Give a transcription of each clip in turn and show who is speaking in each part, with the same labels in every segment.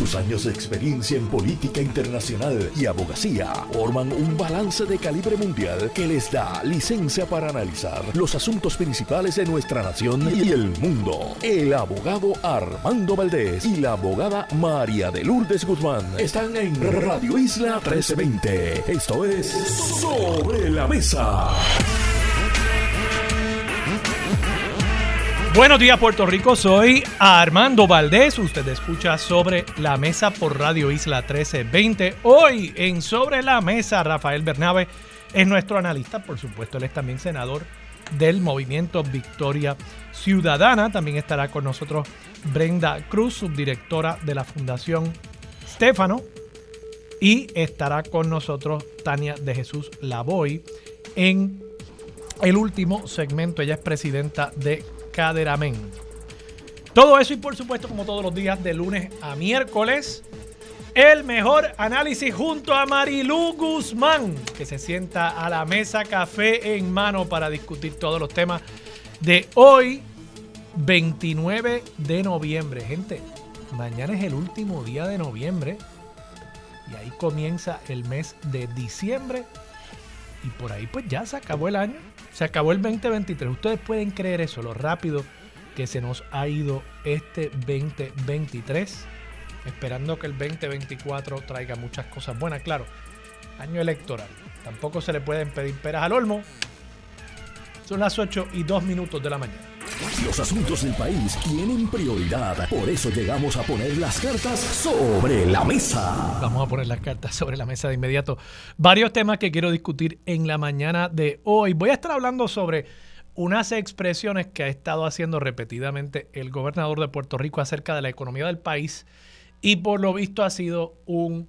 Speaker 1: Sus años de experiencia en política internacional y abogacía forman un balance de calibre mundial que les da licencia para analizar los asuntos principales de nuestra nación y el mundo. El abogado Armando Valdés y la abogada María de Lourdes Guzmán están en Radio Isla 1320. Esto es Sobre la Mesa.
Speaker 2: Buenos días, Puerto Rico. Soy Armando Valdés. Usted escucha Sobre la Mesa por Radio Isla 1320. Hoy en Sobre la Mesa, Rafael Bernabe es nuestro analista. Por supuesto, él es también senador del Movimiento Victoria Ciudadana. También estará con nosotros Brenda Cruz, subdirectora de la Fundación Stefano. Y estará con nosotros Tania de Jesús Lavoy en el último segmento. Ella es presidenta de Caderamen. Todo eso y por supuesto, como todos los días de lunes a miércoles, el mejor análisis junto a Marilú Guzmán, que se sienta a la mesa café en mano para discutir todos los temas de hoy, 29 de noviembre. Gente, mañana es el último día de noviembre y ahí comienza el mes de diciembre y por ahí pues ya se acabó el año. Se acabó el 2023. Ustedes pueden creer eso, lo rápido que se nos ha ido este 2023. Esperando que el 2024 traiga muchas cosas buenas. Claro, año electoral. Tampoco se le pueden pedir peras al olmo. Son las 8:02 de la mañana.
Speaker 1: Los asuntos del país tienen prioridad. Por eso llegamos a poner las cartas sobre la mesa.
Speaker 2: Vamos a poner las cartas sobre la mesa de inmediato. Varios temas que quiero discutir en la mañana de hoy. Voy a estar hablando sobre unas expresiones que ha estado haciendo repetidamente el gobernador de Puerto Rico acerca de la economía del país. Y por lo visto ha sido un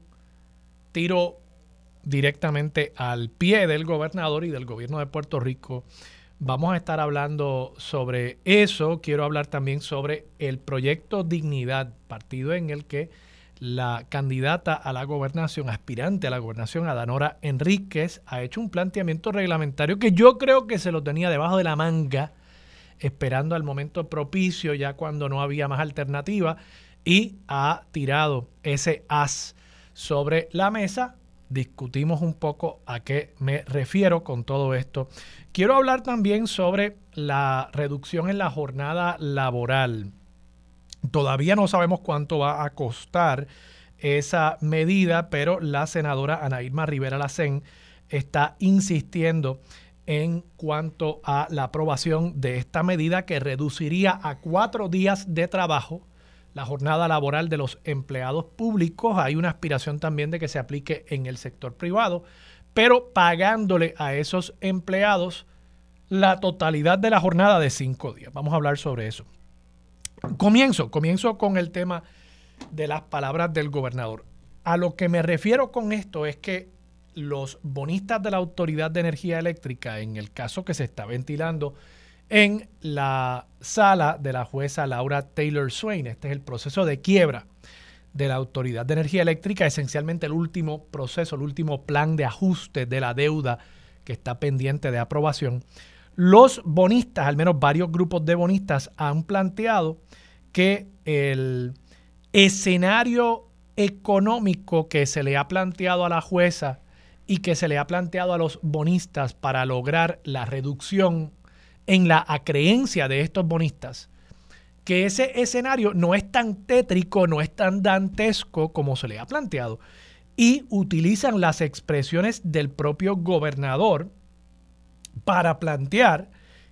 Speaker 2: tiro directamente al pie del gobernador y del gobierno de Puerto Rico. Vamos a estar hablando sobre eso. Quiero hablar también sobre el proyecto Dignidad, partido en el que la candidata a la gobernación, aspirante a la gobernación, Adanora Enríquez, ha hecho un planteamiento reglamentario que yo creo que se lo tenía debajo de la manga, esperando al momento propicio, ya cuando no había más alternativa, y ha tirado ese as sobre la mesa. Discutimos un poco a qué me refiero con todo esto. Quiero hablar también sobre la reducción en la jornada laboral. Todavía no sabemos cuánto va a costar esa medida, pero la senadora Ana Irma Rivera Lacén está insistiendo en cuanto a la aprobación de esta medida que reduciría a 4 días de trabajo la jornada laboral de los empleados públicos. Hay una aspiración también de que se aplique en el sector privado, pero pagándole a esos empleados la totalidad de la jornada de 5 días. Vamos a hablar sobre eso. Comienzo con el tema de las palabras del gobernador. A lo que me refiero con esto es que los bonistas de la Autoridad de Energía Eléctrica, en el caso que se está ventilando en la sala de la jueza Laura Taylor Swain, este es el proceso de quiebra de la Autoridad de Energía Eléctrica, esencialmente el último proceso, el último plan de ajuste de la deuda que está pendiente de aprobación. Los bonistas, al menos varios grupos de bonistas, han planteado que el escenario económico que se le ha planteado a la jueza y que se le ha planteado a los bonistas para lograr la reducción en la acreencia de estos bonistas, que ese escenario no es tan tétrico, no es tan dantesco como se le ha planteado, y utilizan las expresiones del propio gobernador para plantear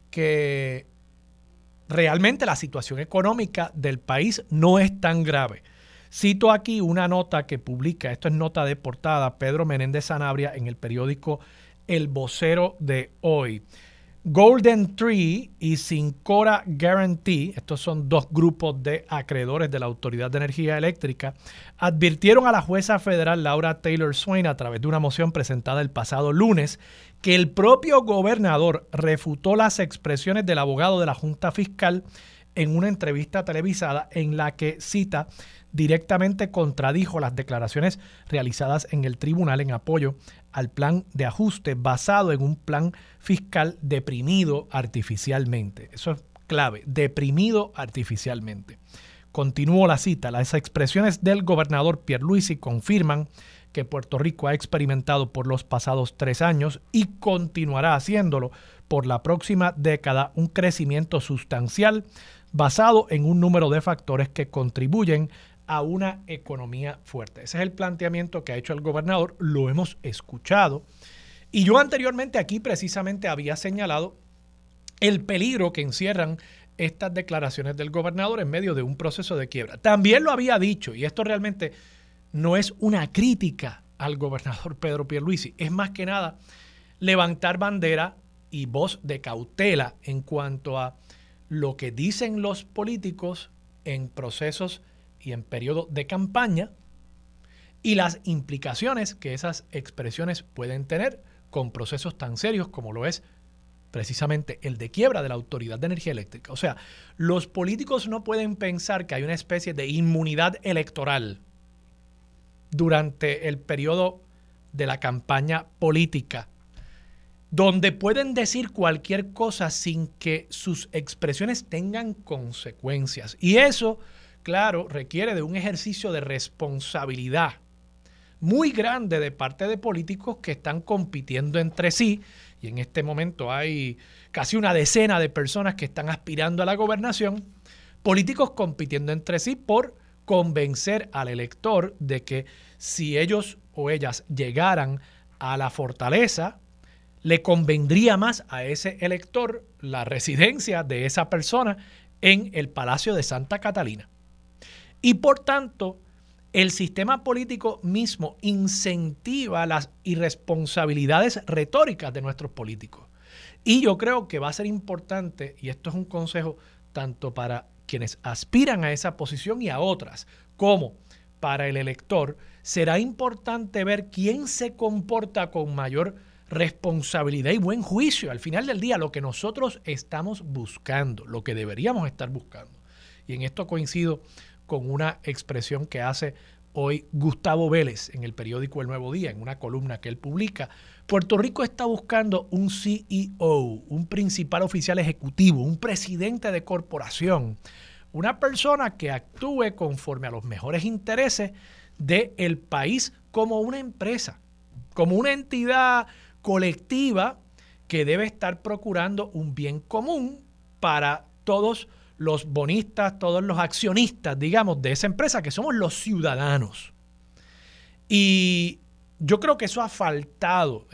Speaker 2: que realmente la situación económica del país no es tan grave. Cito aquí una nota que publica, esto es nota de portada, Pedro Menéndez Sanabria en el periódico El Vocero de hoy. Golden Tree y Syncora Guarantee, estos son dos grupos de acreedores de la Autoridad de Energía Eléctrica, advirtieron a la jueza federal Laura Taylor Swain a través de una moción presentada el pasado lunes que el propio gobernador refutó las expresiones del abogado de la Junta Fiscal en una entrevista televisada en la que, cita, directamente contradijo las declaraciones realizadas en el tribunal en apoyo al plan de ajuste basado en un plan fiscal deprimido artificialmente. Eso es clave, deprimido artificialmente. Continúo la cita. Las expresiones del gobernador Pierluisi confirman que Puerto Rico ha experimentado por los pasados 3 años y continuará haciéndolo por la próxima década un crecimiento sustancial basado en un número de factores que contribuyen a una economía fuerte. Ese es el planteamiento que ha hecho el gobernador, lo hemos escuchado. Y yo anteriormente aquí precisamente había señalado el peligro que encierran estas declaraciones del gobernador en medio de un proceso de quiebra. También lo había dicho, y esto realmente no es una crítica al gobernador Pedro Pierluisi, es más que nada levantar bandera y voz de cautela en cuanto a lo que dicen los políticos en procesos y en periodos de campaña y las implicaciones que esas expresiones pueden tener con procesos tan serios como lo es precisamente el de quiebra de la Autoridad de Energía Eléctrica. O sea, los políticos no pueden pensar que hay una especie de inmunidad electoral durante el periodo de la campaña política, donde pueden decir cualquier cosa sin que sus expresiones tengan consecuencias. Y eso, claro, requiere de un ejercicio de responsabilidad muy grande de parte de políticos que están compitiendo entre sí. Y en este momento hay casi una decena de personas que están aspirando a la gobernación, políticos compitiendo entre sí por convencer al elector de que si ellos o ellas llegaran a la fortaleza, le convendría más a ese elector la residencia de esa persona en el Palacio de Santa Catalina. Y por tanto, el sistema político mismo incentiva las irresponsabilidades retóricas de nuestros políticos. Y yo creo que va a ser importante, y esto es un consejo tanto para quienes aspiran a esa posición y a otras, como para el elector, será importante ver quién se comporta con mayor responsabilidad y buen juicio. Al final del día, lo que nosotros estamos buscando, lo que deberíamos estar buscando. Y en esto coincido con una expresión que hace hoy Gustavo Vélez en el periódico El Nuevo Día, en una columna que él publica. Puerto Rico está buscando un CEO, un principal oficial ejecutivo, un presidente de corporación, una persona que actúe conforme a los mejores intereses del país como una empresa, como una entidad colectiva que debe estar procurando un bien común para todos los bonistas, todos los accionistas, digamos, de esa empresa, que somos los ciudadanos. Y yo creo que eso ha faltado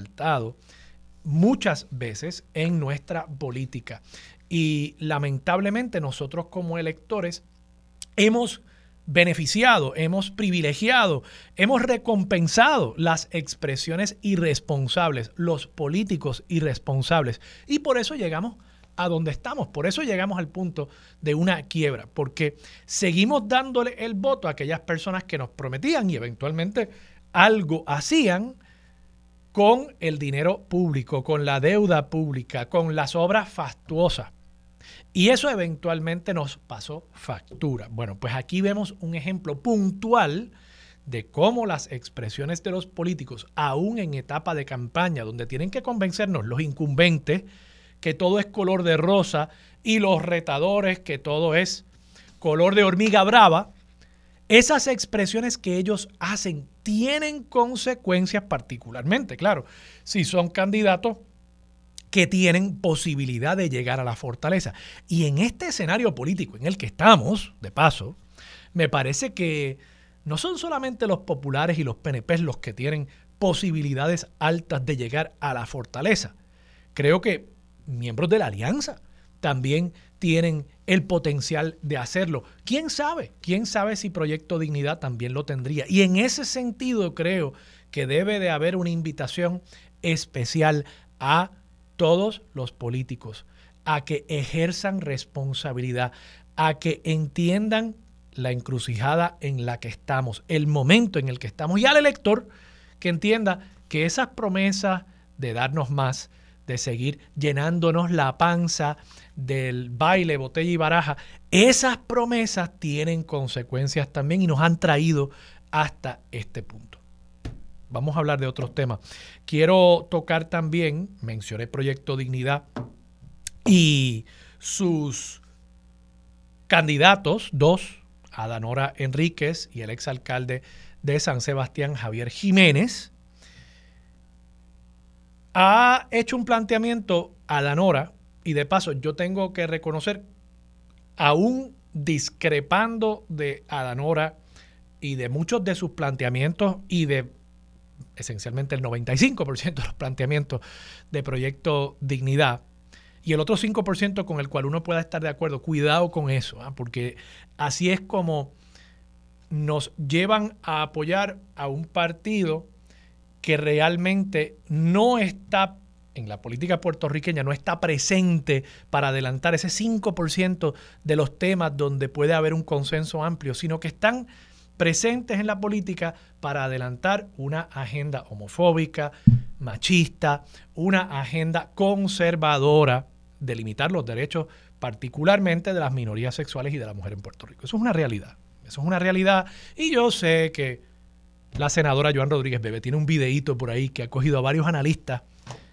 Speaker 2: muchas veces en nuestra política. Y lamentablemente nosotros como electores hemos beneficiado, hemos privilegiado, hemos recompensado las expresiones irresponsables, los políticos irresponsables. Y por eso llegamos a donde estamos, por eso llegamos al punto de una quiebra, porque seguimos dándole el voto a aquellas personas que nos prometían y eventualmente algo hacían con el dinero público, con la deuda pública, con las obras fastuosas. Y eso eventualmente nos pasó factura. Bueno, pues aquí vemos un ejemplo puntual de cómo las expresiones de los políticos, aún en etapa de campaña, donde tienen que convencernos los incumbentes que todo es color de rosa y los retadores que todo es color de hormiga brava, esas expresiones que ellos hacen tienen consecuencias particularmente, claro, si son candidatos que tienen posibilidad de llegar a la fortaleza. Y en este escenario político en el que estamos, de paso, me parece que no son solamente los populares y los PNP los que tienen posibilidades altas de llegar a la fortaleza. Creo que miembros de la alianza también tienen el potencial de hacerlo. ¿Quién sabe? ¿Quién sabe si Proyecto Dignidad también lo tendría? Y en ese sentido creo que debe de haber una invitación especial a todos los políticos a que ejerzan responsabilidad, a que entiendan la encrucijada en la que estamos, el momento en el que estamos, y al elector que entienda que esas promesas de darnos más, de seguir llenándonos la panza del baile, botella y baraja, esas promesas tienen consecuencias también y nos han traído hasta este punto. Vamos a hablar de otros temas. Quiero tocar también, mencioné Proyecto Dignidad y sus candidatos, dos, Adanora Enríquez y el exalcalde de San Sebastián, Javier Jiménez, ha hecho un planteamiento a Adanora, y de paso yo tengo que reconocer, aún discrepando de Adanora y de muchos de sus planteamientos y de esencialmente el 95% de los planteamientos de Proyecto Dignidad, y el otro 5% con el cual uno pueda estar de acuerdo, cuidado con eso, porque así es como nos llevan a apoyar a un partido que realmente no está en la política puertorriqueña, no está presente para adelantar ese 5% de los temas donde puede haber un consenso amplio, sino que están presentes en la política para adelantar una agenda homofóbica, machista, una agenda conservadora de limitar los derechos particularmente de las minorías sexuales y de la mujer en Puerto Rico. Eso es una realidad. Eso es una realidad. Y yo sé que la senadora Joan Rodríguez Bebe tiene un videíto por ahí que ha cogido a varios analistas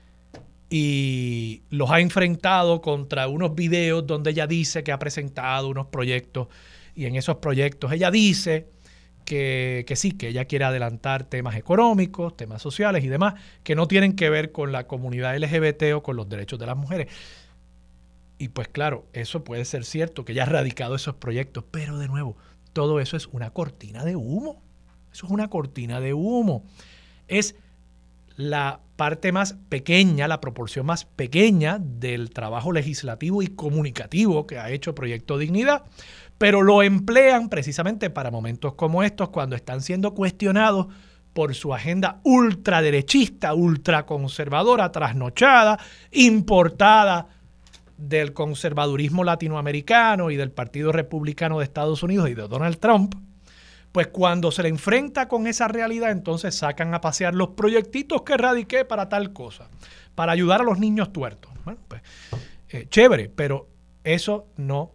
Speaker 2: y los ha enfrentado contra unos videos donde ella dice que ha presentado unos proyectos, y en esos proyectos ella dice que sí, que ella quiere adelantar temas económicos, temas sociales y demás, que no tienen que ver con la comunidad LGBT o con los derechos de las mujeres. Y pues claro, eso puede ser cierto, que ella ha radicado esos proyectos, pero de nuevo, todo eso es una cortina de humo. Eso es una cortina de humo. Es la parte más pequeña, la proporción más pequeña del trabajo legislativo y comunicativo que ha hecho Proyecto Dignidad, pero lo emplean precisamente para momentos como estos, cuando están siendo cuestionados por su agenda ultraderechista, ultraconservadora, trasnochada, importada del conservadurismo latinoamericano y del Partido Republicano de Estados Unidos y de Donald Trump. Pues cuando se le enfrenta con esa realidad, entonces sacan a pasear los proyectitos que radiqué para tal cosa, para ayudar a los niños tuertos. Bueno, pues chévere, pero eso no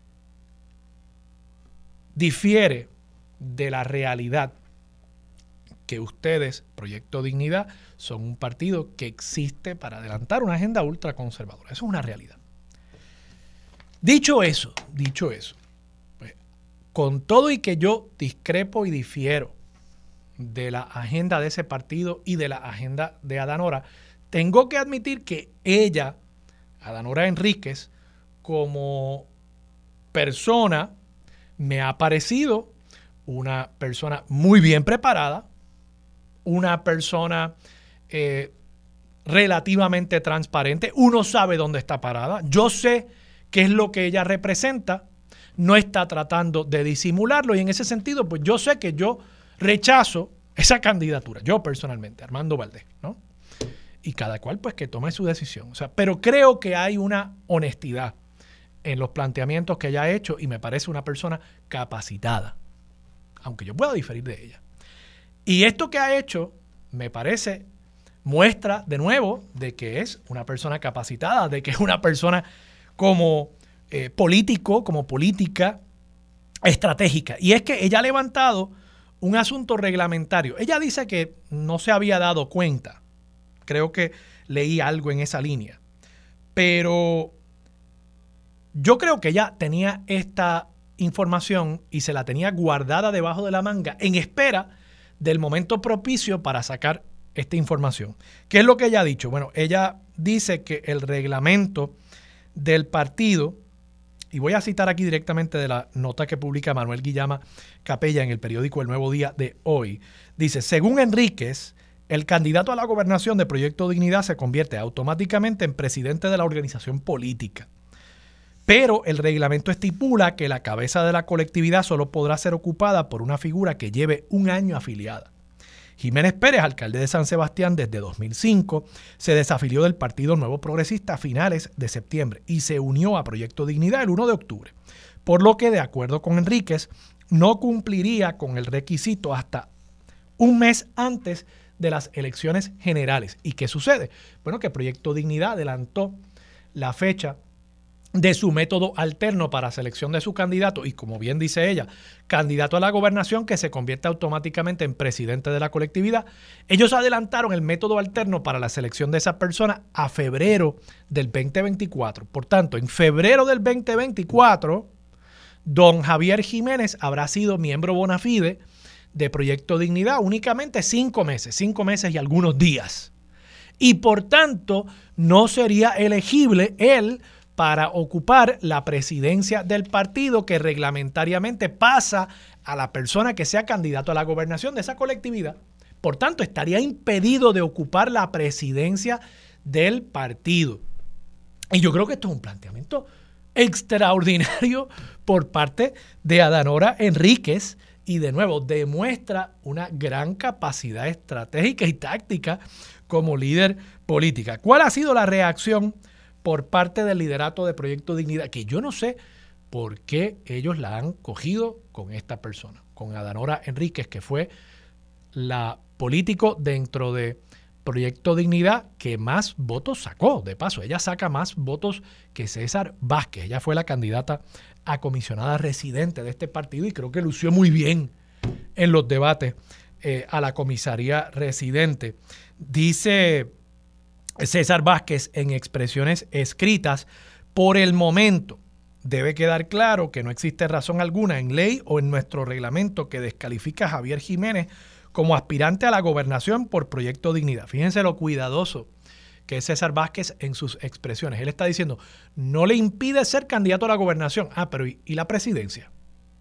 Speaker 2: difiere de la realidad que ustedes, Proyecto Dignidad, son un partido que existe para adelantar una agenda ultraconservadora. Eso es una realidad. Dicho eso, con todo y que yo discrepo y difiero de la agenda de ese partido y de la agenda de Adanora, tengo que admitir que ella, Adanora Enríquez, como persona, me ha parecido una persona muy bien preparada, una persona relativamente transparente. Uno sabe dónde está parada. Yo sé qué es lo que ella representa. No está tratando de disimularlo, y en ese sentido, pues yo sé que yo rechazo esa candidatura, yo personalmente, Armando Valdés, ¿no? Y cada cual pues que tome su decisión. O sea, pero creo que hay una honestidad en los planteamientos que ella ha hecho, y me parece una persona capacitada, aunque yo pueda diferir de ella. Y esto que ha hecho, me parece, muestra de nuevo de que es una persona capacitada, de que es una persona como político, como política estratégica. Y es que ella ha levantado un asunto reglamentario. Ella dice que no se había dado cuenta. Creo que leí algo en esa línea. Pero yo creo que ella tenía esta información y se la tenía guardada debajo de la manga en espera del momento propicio para sacar esta información. ¿Qué es lo que ella ha dicho? Bueno, ella dice que el reglamento del partido, y voy a citar aquí directamente de la nota que publica Manuel Guillama Capella en el periódico El Nuevo Día de hoy, dice: según Enríquez, el candidato a la gobernación de Proyecto Dignidad se convierte automáticamente en presidente de la organización política. Pero el reglamento estipula que la cabeza de la colectividad solo podrá ser ocupada por una figura que lleve un año afiliada. Jiménez Pérez, alcalde de San Sebastián desde 2005, se desafilió del Partido Nuevo Progresista a finales de septiembre y se unió a Proyecto Dignidad el 1 de octubre, por lo que, de acuerdo con Enríquez, no cumpliría con el requisito hasta un mes antes de las elecciones generales. ¿Y qué sucede? Bueno, que Proyecto Dignidad adelantó la fecha de su método alterno para selección de su candidato, y como bien dice ella, candidato a la gobernación que se convierte automáticamente en presidente de la colectividad. Ellos adelantaron el método alterno para la selección de esa persona a febrero del 2024. Por tanto, en febrero del 2024 don Javier Jiménez habrá sido miembro bona fide de Proyecto Dignidad únicamente 5 meses y algunos días. Y por tanto, no sería elegible él para ocupar la presidencia del partido, que reglamentariamente pasa a la persona que sea candidato a la gobernación de esa colectividad. Por tanto, estaría impedido de ocupar la presidencia del partido. Y yo creo que esto es un planteamiento extraordinario por parte de Adanora Enríquez, y de nuevo demuestra una gran capacidad estratégica y táctica como líder política. ¿Cuál ha sido la reacción por parte del liderato de Proyecto Dignidad? Que yo no sé por qué ellos la han cogido con esta persona, con Adanora Enríquez, que fue la político dentro de Proyecto Dignidad que más votos sacó. De paso, ella saca más votos que César Vázquez. Ella fue la candidata a comisionada residente de este partido y creo que lució muy bien en los debates a la comisaría residente. Dice César Vázquez en expresiones escritas: por el momento debe quedar claro que no existe razón alguna en ley o en nuestro reglamento que descalifique a Javier Jiménez como aspirante a la gobernación por Proyecto Dignidad. Fíjense lo cuidadoso que es César Vázquez en sus expresiones. Él está diciendo, no le impide ser candidato a la gobernación. Pero ¿y la presidencia?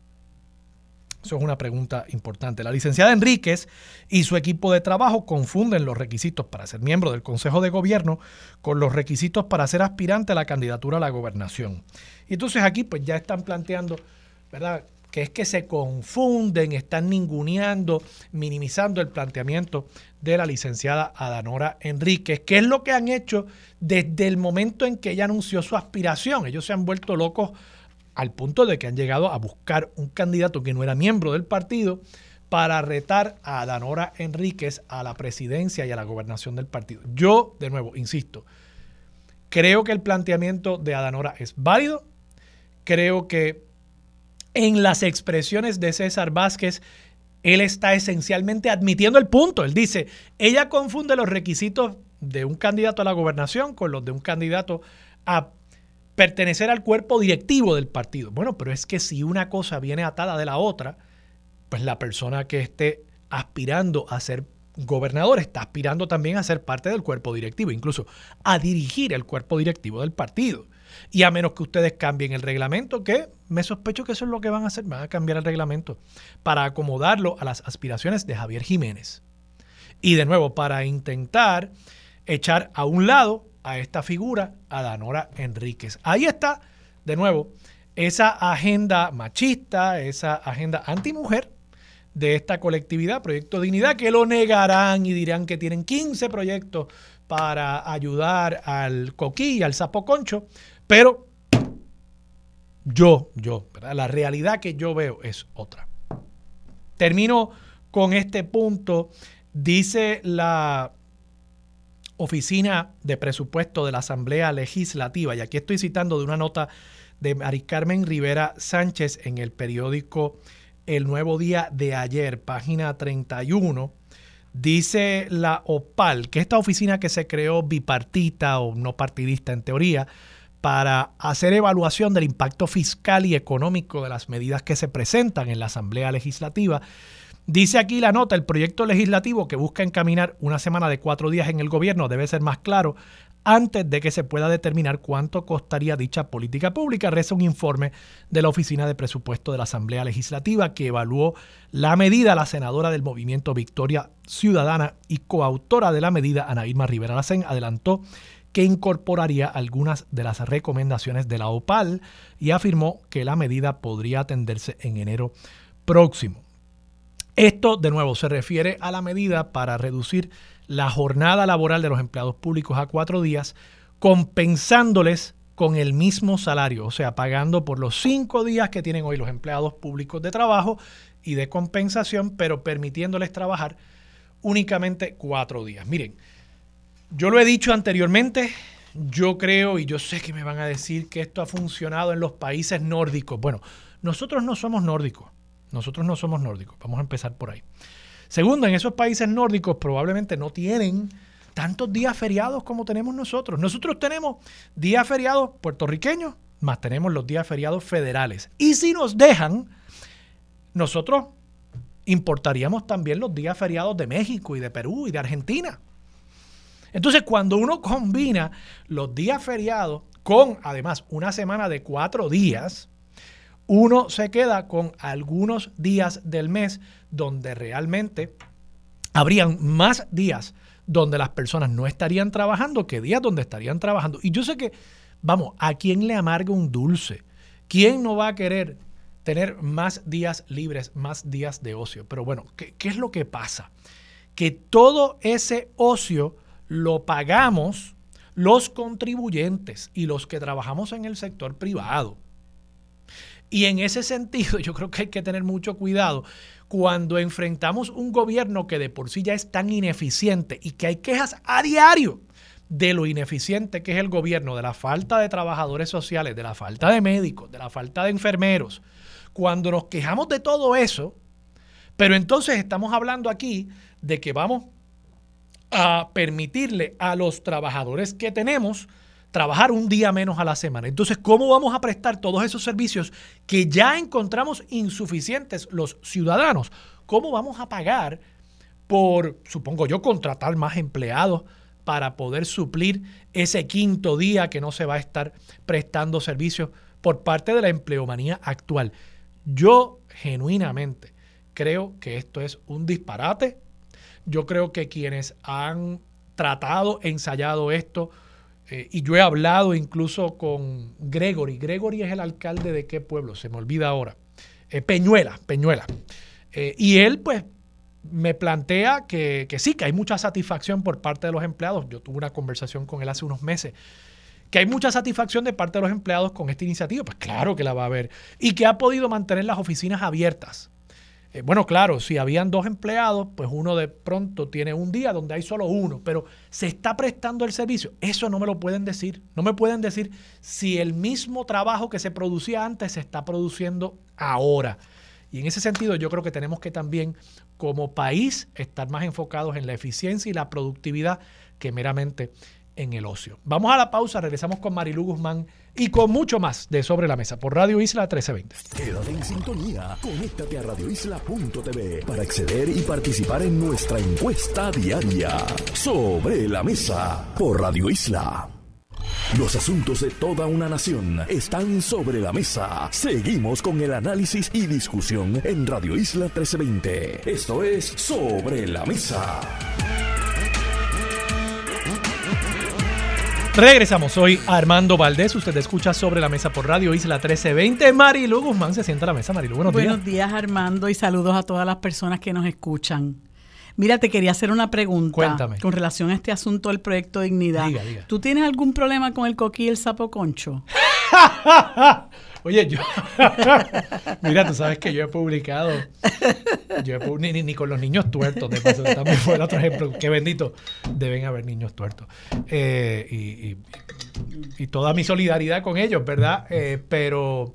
Speaker 2: Eso es una pregunta importante. La licenciada Enríquez y su equipo de trabajo confunden los requisitos para ser miembro del Consejo de Gobierno con los requisitos para ser aspirante a la candidatura a la gobernación. Y entonces aquí pues ya están planteando, ¿verdad?, que es que se confunden, están ninguneando, minimizando el planteamiento de la licenciada Adanora Enríquez, que es lo que han hecho desde el momento en que ella anunció su aspiración. Ellos se han vuelto locos al punto de que han llegado a buscar un candidato que no era miembro del partido para retar a Adanora Enríquez a la presidencia y a la gobernación del partido. Yo, de nuevo, insisto, creo que el planteamiento de Adanora es válido. Creo que en las expresiones de César Vázquez, él está esencialmente admitiendo el punto. Él dice, ella confunde los requisitos de un candidato a la gobernación con los de un candidato a pertenecer al cuerpo directivo del partido. Bueno, pero es que si una cosa viene atada de la otra, pues la persona que esté aspirando a ser gobernador está aspirando también a ser parte del cuerpo directivo, incluso a dirigir el cuerpo directivo del partido. Y a menos que ustedes cambien el reglamento, que me sospecho que eso es lo que van a hacer, van a cambiar el reglamento para acomodarlo a las aspiraciones de Javier Jiménez. Y de nuevo, para intentar echar a un lado a esta figura, Adanora Enríquez. Ahí está, de nuevo, esa agenda machista, esa agenda antimujer de esta colectividad, Proyecto Dignidad, que lo negarán y dirán que tienen 15 proyectos para ayudar al coquí, al sapo concho, pero ¿verdad?, la realidad que yo veo es otra. Termino con este punto. Dice la Oficina de Presupuesto de la Asamblea Legislativa, y aquí estoy citando de una nota de Mari Carmen Rivera Sánchez en el periódico El Nuevo Día de ayer, página 31, dice la OPAL, que esta oficina que se creó bipartita o no partidista en teoría, para hacer evaluación del impacto fiscal y económico de las medidas que se presentan en la Asamblea Legislativa. Dice aquí la nota, el proyecto legislativo que busca encaminar una semana de 4 días en el gobierno debe ser más claro antes de que se pueda determinar cuánto costaría dicha política pública. Reza un informe de la Oficina de Presupuesto de la Asamblea Legislativa que evaluó la medida. La senadora del Movimiento Victoria Ciudadana y coautora de la medida, Ana Irma Rivera Lacén, adelantó que incorporaría algunas de las recomendaciones de la OPAL y afirmó que la medida podría atenderse en enero próximo. Esto, de nuevo, se refiere a la medida para reducir la jornada laboral de los empleados públicos a 4 días, compensándoles con el mismo salario, o sea, pagando por los 5 días que tienen hoy los empleados públicos de trabajo y de compensación, pero permitiéndoles trabajar únicamente 4 días. Miren, yo lo he dicho anteriormente, yo creo y yo sé que me van a decir que esto ha funcionado en los países nórdicos. Bueno, nosotros no somos nórdicos. Vamos a empezar por ahí. Segundo, en esos países nórdicos probablemente no tienen tantos días feriados como tenemos nosotros. Nosotros tenemos días feriados puertorriqueños más tenemos los días feriados federales. Y si nos dejan, nosotros importaríamos también los días feriados de México y de Perú y de Argentina. Entonces, cuando uno combina los días feriados con, además, una semana de 4 días, uno se queda con algunos días del mes donde realmente habrían más días donde las personas no estarían trabajando que días donde estarían trabajando. Y yo sé que, vamos, ¿a quién le amarga un dulce? ¿Quién no va a querer tener más días libres, más días de ocio? Pero bueno, ¿qué es lo que pasa? Que todo ese ocio lo pagamos los contribuyentes y los que trabajamos en el sector privado. Y en ese sentido yo creo que hay que tener mucho cuidado cuando enfrentamos un gobierno que de por sí ya es tan ineficiente y que hay quejas a diario de lo ineficiente que es el gobierno, de la falta de trabajadores sociales, de la falta de médicos, de la falta de enfermeros. Cuando nos quejamos de todo eso, pero entonces estamos hablando aquí de que vamos a permitirle a los trabajadores que tenemos trabajar un día menos a la semana. Entonces, ¿cómo vamos a prestar todos esos servicios que ya encontramos insuficientes los ciudadanos? ¿Cómo vamos a pagar por, supongo yo, contratar más empleados para poder suplir ese quinto día que no se va a estar prestando servicios por parte de la empleomanía actual? Yo genuinamente creo que esto es un disparate. Yo creo que quienes han tratado, ensayado esto, y yo he hablado incluso con Gregory. Gregory es el alcalde de qué pueblo, se me olvida ahora. Peñuela. Y él pues me plantea que sí, que hay mucha satisfacción por parte de los empleados. Yo tuve una conversación con él hace unos meses. Que hay mucha satisfacción de parte de los empleados con esta iniciativa. Pues claro que la va a haber. Y que ha podido mantener las oficinas abiertas. Bueno, claro, si habían 2 empleados, pues uno de pronto tiene un día donde hay solo uno, pero se está prestando el servicio. Eso no me lo pueden decir. No me pueden decir si el mismo trabajo que se producía antes se está produciendo ahora. Y en ese sentido yo creo que tenemos que también, como país, estar más enfocados en la eficiencia y la productividad que meramente en el ocio. Vamos a la pausa, regresamos con Marilú Guzmán y con mucho más de Sobre la Mesa por Radio Isla 1320.
Speaker 1: Quédate en sintonía, conéctate a radioisla.tv para acceder y participar en nuestra encuesta diaria. Sobre la Mesa por Radio Isla. Los asuntos de toda una nación están sobre la mesa. Seguimos con el análisis y discusión en Radio Isla 1320. Esto es Sobre la Mesa.
Speaker 2: Regresamos, soy Armando Valdés, usted escucha Sobre la Mesa por Radio Isla 1320. Marilú Guzmán se sienta a la mesa. Marilú, buenos días.
Speaker 3: Buenos días, Armando, y saludos a todas las personas que nos escuchan. Mira, te quería hacer una pregunta.
Speaker 2: Cuéntame.
Speaker 3: Con relación a este asunto del Proyecto Dignidad.
Speaker 2: Diga.
Speaker 3: ¿Tú tienes algún problema con el coquí y el sapo concho?
Speaker 2: Oye, yo... Mira, tú sabes que yo he publicado... Ni con los niños tuertos, de paso, también fue el otro ejemplo. Qué bendito, deben haber niños tuertos. Y toda mi solidaridad con ellos, ¿verdad? Pero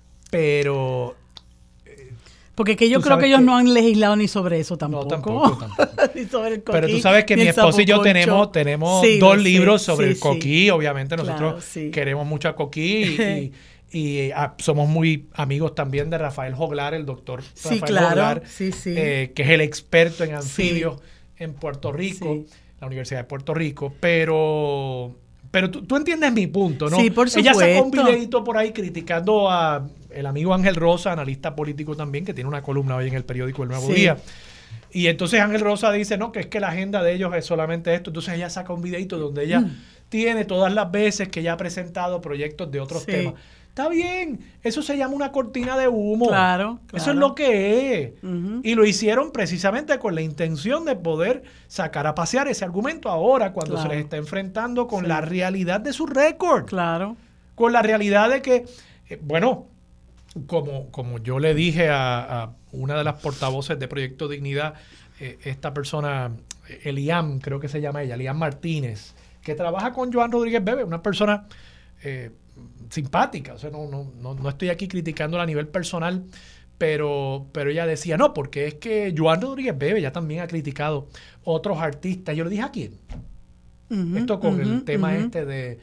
Speaker 3: porque que yo creo que ellos no han legislado ni sobre eso tampoco.
Speaker 2: No, tampoco.
Speaker 3: Ni sobre el coquí.
Speaker 2: Pero tú sabes que mi esposo y yo tenemos
Speaker 3: sí,
Speaker 2: 2 libros sobre el
Speaker 3: sí.
Speaker 2: coquí. Obviamente nosotros
Speaker 3: claro,
Speaker 2: queremos mucho a coquí y somos muy amigos también de Rafael Joglar, el doctor Rafael Joglar, que es el experto en anfibios en Puerto Rico, la Universidad de Puerto Rico. Pero tú entiendes mi punto, ¿no?
Speaker 3: Sí, por supuesto.
Speaker 2: Ella sacó un videito por ahí criticando a el amigo Ángel Rosa, analista político también, que tiene una columna hoy en el periódico El Nuevo Día. Y entonces Ángel Rosa dice, no, que es que la agenda de ellos es solamente esto. Entonces ella saca un videito donde ella tiene todas las veces que ella ha presentado proyectos de otros temas. Está bien, eso se llama una cortina de humo.
Speaker 3: Claro.
Speaker 2: Eso es lo que es. Y lo hicieron precisamente con la intención de poder sacar a pasear ese argumento ahora cuando se les está enfrentando con la realidad de su récord.
Speaker 3: Claro.
Speaker 2: Con la realidad de que, bueno, como yo le dije a una de las portavoces de Proyecto Dignidad, esta persona, Eliam, creo que se llama ella, Eliam Martínez, que trabaja con Joan Rodríguez Bebe, una persona simpática. O sea, no estoy aquí criticándola a nivel personal, pero ella decía, no, porque es que Joan Rodríguez Bebe ya también ha criticado otros artistas. Yo le dije, ¿a quién? Esto con el tema de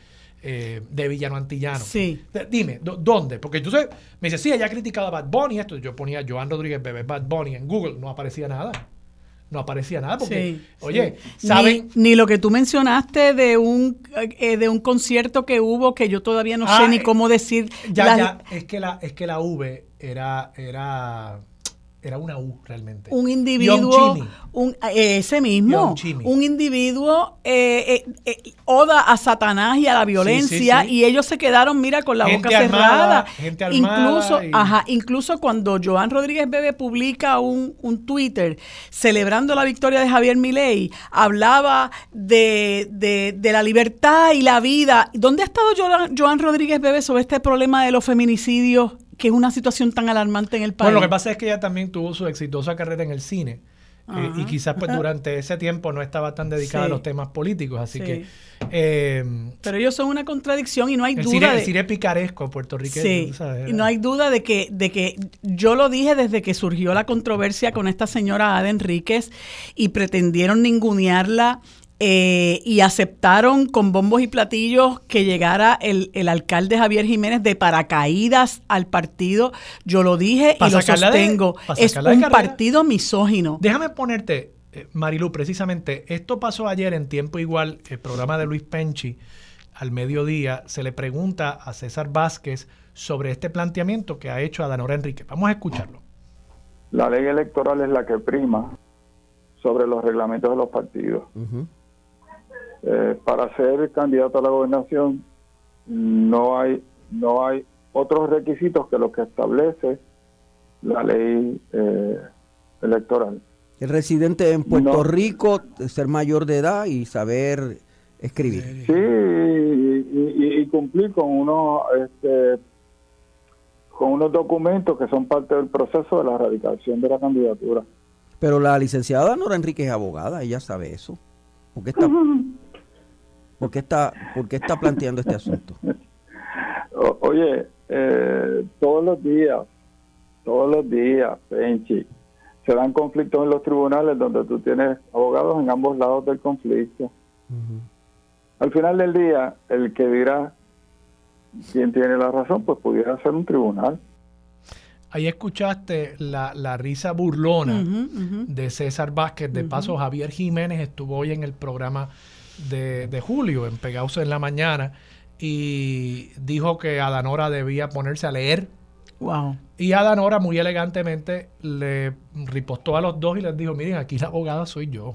Speaker 2: de Villano Antillano.
Speaker 3: Sí.
Speaker 2: Dime, ¿dónde? Porque entonces me dice, sí, ella ha criticado a Bad Bunny, esto. Yo ponía Joan Rodríguez Bebe, Bad Bunny en Google, no aparecía nada. No aparecía nada porque, oye, ¿saben?
Speaker 3: Ni lo que tú mencionaste de un concierto que hubo que yo todavía no sé ni cómo decir.
Speaker 2: Es que la V era una U realmente.
Speaker 3: Un individuo, ese mismo, un individuo oda a Satanás y a la violencia, y ellos se quedaron, mira, con la boca cerrada.
Speaker 2: Gente armada.
Speaker 3: Incluso cuando Joan Rodríguez Bebe publica un Twitter celebrando la victoria de Javier Milei, hablaba de la libertad y la vida. ¿Dónde ha estado Joan Rodríguez Bebe sobre este problema de los feminicidios, que es una situación tan alarmante en el país?
Speaker 2: Bueno, lo que pasa es que ella también tuvo su exitosa carrera en el cine y quizás pues durante ese tiempo no estaba tan dedicada a los temas políticos, así que...
Speaker 3: pero ellos son una contradicción y no hay duda
Speaker 2: el cine picaresco puertorriqueño.
Speaker 3: Y no hay duda de que yo lo dije desde que surgió la controversia con esta señora Ada Enríquez y pretendieron ningunearla. Y aceptaron con bombos y platillos que llegara el alcalde Javier Jiménez de paracaídas al partido. Yo lo dije y lo sostengo. Es un partido misógino.
Speaker 2: Déjame ponerte, Marilu, precisamente, esto pasó ayer en Tiempo Igual, el programa de Luis Penchi, al mediodía, se le pregunta a César Vázquez sobre este planteamiento que ha hecho Adanora Enríquez. Vamos a escucharlo.
Speaker 4: La ley electoral es la que prima sobre los reglamentos de los partidos. Para ser candidato a la gobernación no hay otros requisitos que los que establece la ley electoral.
Speaker 5: El residente en Puerto Rico, ser mayor de edad y saber escribir.
Speaker 4: Sí, y cumplir con unos documentos que son parte del proceso de la radicación de la candidatura.
Speaker 5: Pero la licenciada Nora Enríquez es abogada, ella sabe eso. ¿Por qué está planteando este asunto?
Speaker 4: Oye, todos los días, Penchi, se dan conflictos en los tribunales donde tú tienes abogados en ambos lados del conflicto. Al final del día, el que dirá quién tiene la razón, pues pudiera ser un tribunal.
Speaker 2: Ahí escuchaste la risa burlona de César Vázquez. De paso, Javier Jiménez estuvo hoy en el programa de Julio, en Pegados en la Mañana, y dijo que Adanora debía ponerse a leer.
Speaker 3: Wow.
Speaker 2: Y Adanora muy elegantemente le ripostó a los dos y les dijo, miren, aquí la abogada soy yo.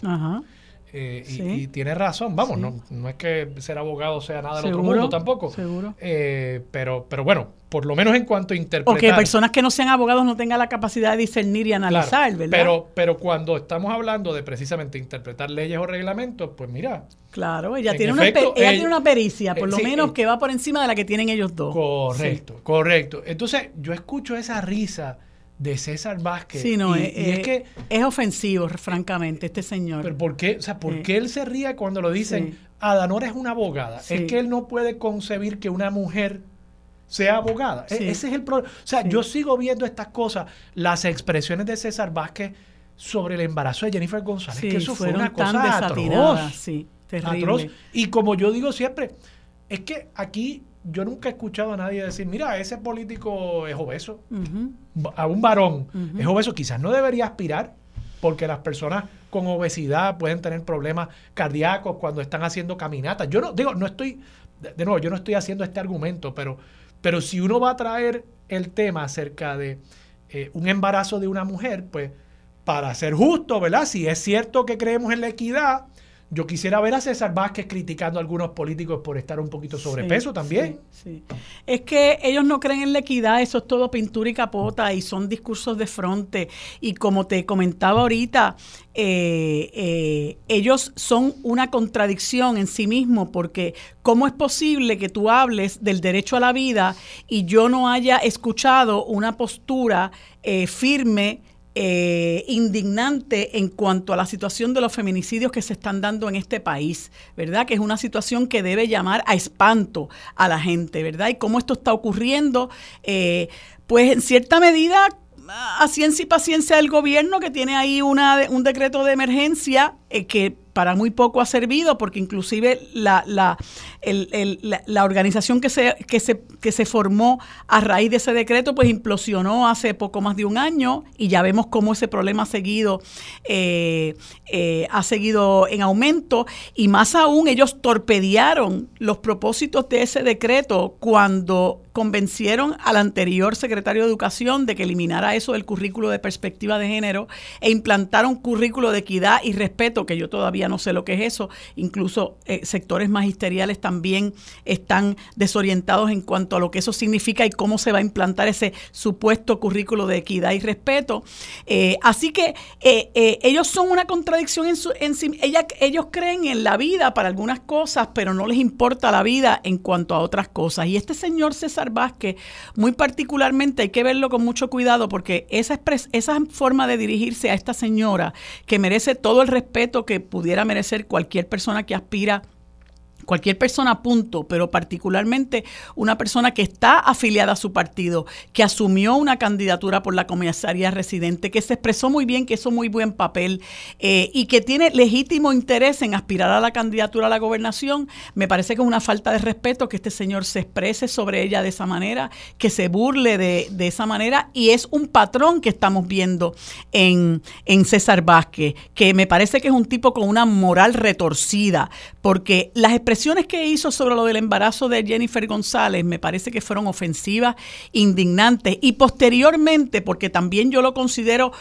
Speaker 2: Y tiene razón, vamos, no es que ser abogado sea nada del otro mundo tampoco.
Speaker 3: Seguro.
Speaker 2: Pero bueno, por lo menos en cuanto a interpretar.
Speaker 3: O que personas que no sean abogados no tengan la capacidad de discernir y analizar,
Speaker 2: claro,
Speaker 3: ¿verdad?
Speaker 2: Pero cuando estamos hablando de precisamente interpretar leyes o reglamentos, pues mira.
Speaker 3: Claro, ella tiene una pericia, por lo menos, que va por encima de la que tienen ellos dos.
Speaker 2: Correcto. Entonces, yo escucho esa risa de César Vázquez.
Speaker 3: Sí, no, es que es ofensivo, francamente, este señor.
Speaker 2: Pero ¿por qué? O sea, ¿por qué él se ríe cuando lo dicen? Adanora es una abogada. Es que él no puede concebir que una mujer sea abogada. Ese es el problema. O sea, yo sigo viendo estas cosas, las expresiones de César Vázquez sobre el embarazo de Jennifer González, que eso fue una cosa atroz.
Speaker 3: Sí, terrible.
Speaker 2: Atroz. Y como yo digo siempre, es que aquí yo nunca he escuchado a nadie decir, mira, ese político es obeso. A un varón es obeso. Quizás no debería aspirar, porque las personas con obesidad pueden tener problemas cardíacos cuando están haciendo caminatas. Yo no estoy haciendo este argumento, pero si uno va a traer el tema acerca de un embarazo de una mujer, pues para ser justo, ¿verdad? Si es cierto que creemos en la equidad, yo quisiera ver a César Vázquez criticando a algunos políticos por estar un poquito sobrepeso también.
Speaker 3: Sí. Es que ellos no creen en la equidad, eso es todo pintura y capota y son discursos de fronte. Y como te comentaba ahorita, ellos son una contradicción en sí mismos, porque ¿cómo es posible que tú hables del derecho a la vida y yo no haya escuchado una postura firme, indignante en cuanto a la situación de los feminicidios que se están dando en este país, ¿verdad? Que es una situación que debe llamar a espanto a la gente, ¿verdad? Y cómo esto está ocurriendo, pues en cierta medida a ciencia y paciencia del gobierno, que tiene ahí un decreto de emergencia que para muy poco ha servido, porque inclusive la organización que se formó a raíz de ese decreto pues implosionó hace poco más de un año, y ya vemos cómo ese problema ha seguido en aumento, y más aún ellos torpedearon los propósitos de ese decreto cuando convencieron al anterior secretario de Educación de que eliminara eso del currículo de perspectiva de género e implantara un currículo de equidad y respeto, que yo todavía no sé lo que es eso. Incluso sectores magisteriales también están desorientados en cuanto a lo que eso significa y cómo se va a implantar ese supuesto currículo de equidad y respeto. Así que ellos son una contradicción en sí. Ellos creen en la vida para algunas cosas, pero no les importa la vida en cuanto a otras cosas. Y este señor César Vázquez, muy particularmente, hay que verlo con mucho cuidado, porque esa forma de dirigirse a esta señora, que merece todo el respeto que pudiera merecer cualquier persona que aspira, cualquier persona, punto, pero particularmente una persona que está afiliada a su partido, que asumió una candidatura por la comisaría residente, que se expresó muy bien, que hizo muy buen papel y que tiene legítimo interés en aspirar a la candidatura a la gobernación. Me parece que es una falta de respeto que este señor se exprese sobre ella de esa manera, que se burle de esa manera, y es un patrón que estamos viendo en César Vázquez, que me parece que es un tipo con una moral retorcida, porque las expresiones que hizo sobre lo del embarazo de Jennifer González me parece que fueron ofensivas, indignantes, y posteriormente, porque también yo lo considero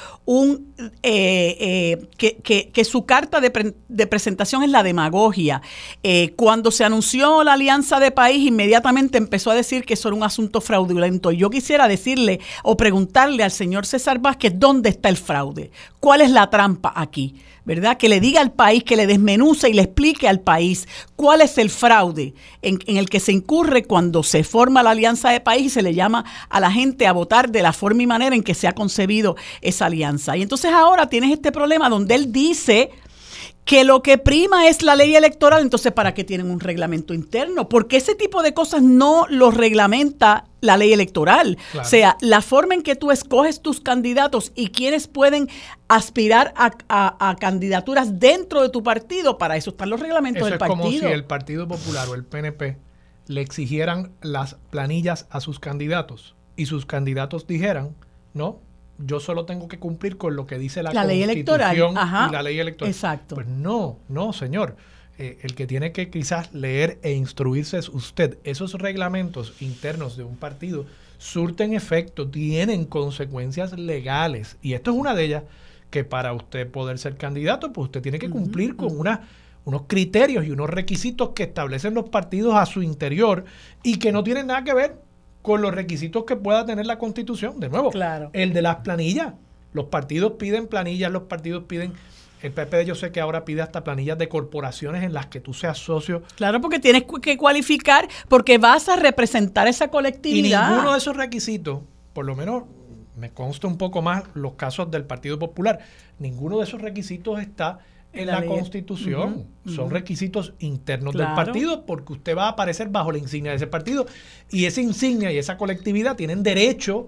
Speaker 3: que su carta de presentación es la demagogia. Cuando se anunció la alianza de país, inmediatamente empezó a decir que eso era un asunto fraudulento. Yo quisiera decirle o preguntarle al señor César Vázquez, ¿dónde está el fraude? ¿Cuál es la trampa aquí? ¿Verdad? Que le diga al país, que le desmenuce y le explique al país cuál es el fraude en el que se incurre cuando se forma la alianza de país y se le llama a la gente a votar de la forma y manera en que se ha concebido esa alianza. Y entonces ahora tienes este problema donde él dice que lo que prima es la ley electoral. Entonces, ¿para qué tienen un reglamento interno? Porque ese tipo de cosas no lo reglamenta la ley electoral. Claro. O sea, la forma en que tú escoges tus candidatos y quienes pueden aspirar a candidaturas dentro de tu partido, para eso están los reglamentos del partido.
Speaker 2: Eso es como si el Partido Popular o el PNP le exigieran las planillas a sus candidatos y sus candidatos dijeran, no, yo solo tengo que cumplir con lo que dice la
Speaker 3: ley electoral. Ajá.
Speaker 2: Y la ley electoral.
Speaker 3: Exacto.
Speaker 2: Pues no, señor. El que tiene que quizás leer e instruirse es usted. Esos reglamentos internos de un partido surten efecto, tienen consecuencias legales. Y esto es una de ellas, que para usted poder ser candidato, pues usted tiene que cumplir con unos criterios y unos requisitos que establecen los partidos a su interior y que no tienen nada que ver con los requisitos que pueda tener la Constitución. De nuevo, claro, el de las planillas. Los partidos piden planillas, los partidos piden... El PPD yo sé que ahora pide hasta planillas de corporaciones en las que tú seas socio.
Speaker 3: Claro, porque tienes que cualificar, porque vas a representar esa colectividad.
Speaker 2: Y ninguno de esos requisitos, por lo menos me consta un poco más los casos del Partido Popular, ninguno de esos requisitos está en la Constitución. Son requisitos internos del partido, porque usted va a aparecer bajo la insignia de ese partido, y esa insignia y esa colectividad tienen derecho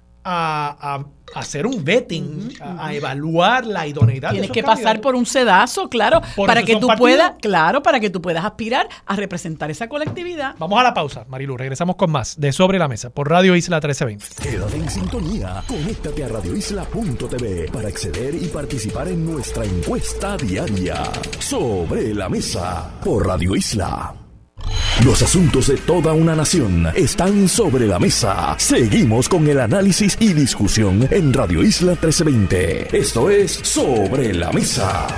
Speaker 2: a hacer un vetting, a evaluar la idoneidad.
Speaker 3: Tienes que pasar por un sedazo, claro, para que tú puedas aspirar a representar esa colectividad.
Speaker 2: Vamos a la pausa, Marilu, regresamos con más de Sobre la Mesa por Radio Isla 1320.
Speaker 1: Quédate en sintonía, conéctate a radioisla.tv para acceder y participar en nuestra encuesta diaria. Sobre la Mesa por Radio Isla. Los asuntos de toda una nación están sobre la mesa. Seguimos con el análisis y discusión en Radio Isla 1320. Esto es Sobre la Mesa.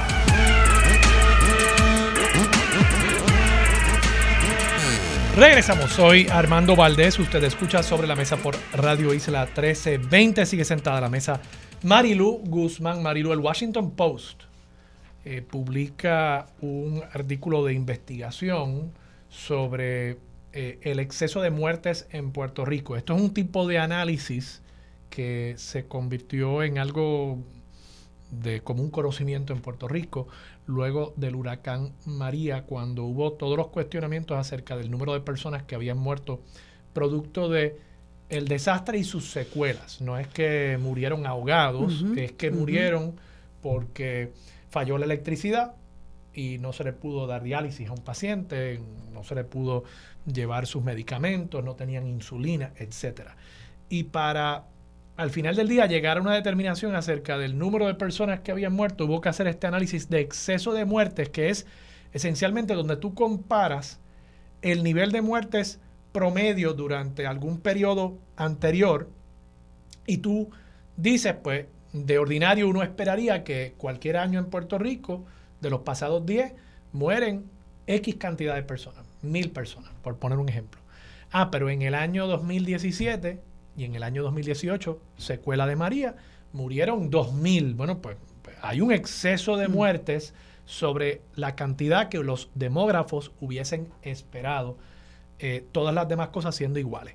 Speaker 2: Regresamos, soy Armando Valdés. Usted escucha Sobre la Mesa por Radio Isla 1320. Sigue sentada a la mesa Marilu Guzmán. Marilu, el Washington Post publica un artículo de investigación sobre el exceso de muertes en Puerto Rico. Esto es un tipo de análisis que se convirtió en algo de común conocimiento en Puerto Rico luego del huracán María, cuando hubo todos los cuestionamientos acerca del número de personas que habían muerto producto de el desastre y sus secuelas. No es que murieron ahogados, es que murieron porque falló la electricidad y no se le pudo dar diálisis a un paciente, no se le pudo llevar sus medicamentos, no tenían insulina, etcétera. Y para al final del día llegar a una determinación acerca del número de personas que habían muerto, hubo que hacer este análisis de exceso de muertes, que es esencialmente donde tú comparas el nivel de muertes promedio durante algún periodo anterior y tú dices, pues, de ordinario uno esperaría que cualquier año en Puerto Rico, de los pasados 10, mueren X cantidad de personas, 1,000 personas, por poner un ejemplo. Pero en el año 2017 y en el año 2018, secuela de María, murieron 2,000. Bueno, pues hay un exceso de muertes sobre la cantidad que los demógrafos hubiesen esperado, todas las demás cosas siendo iguales.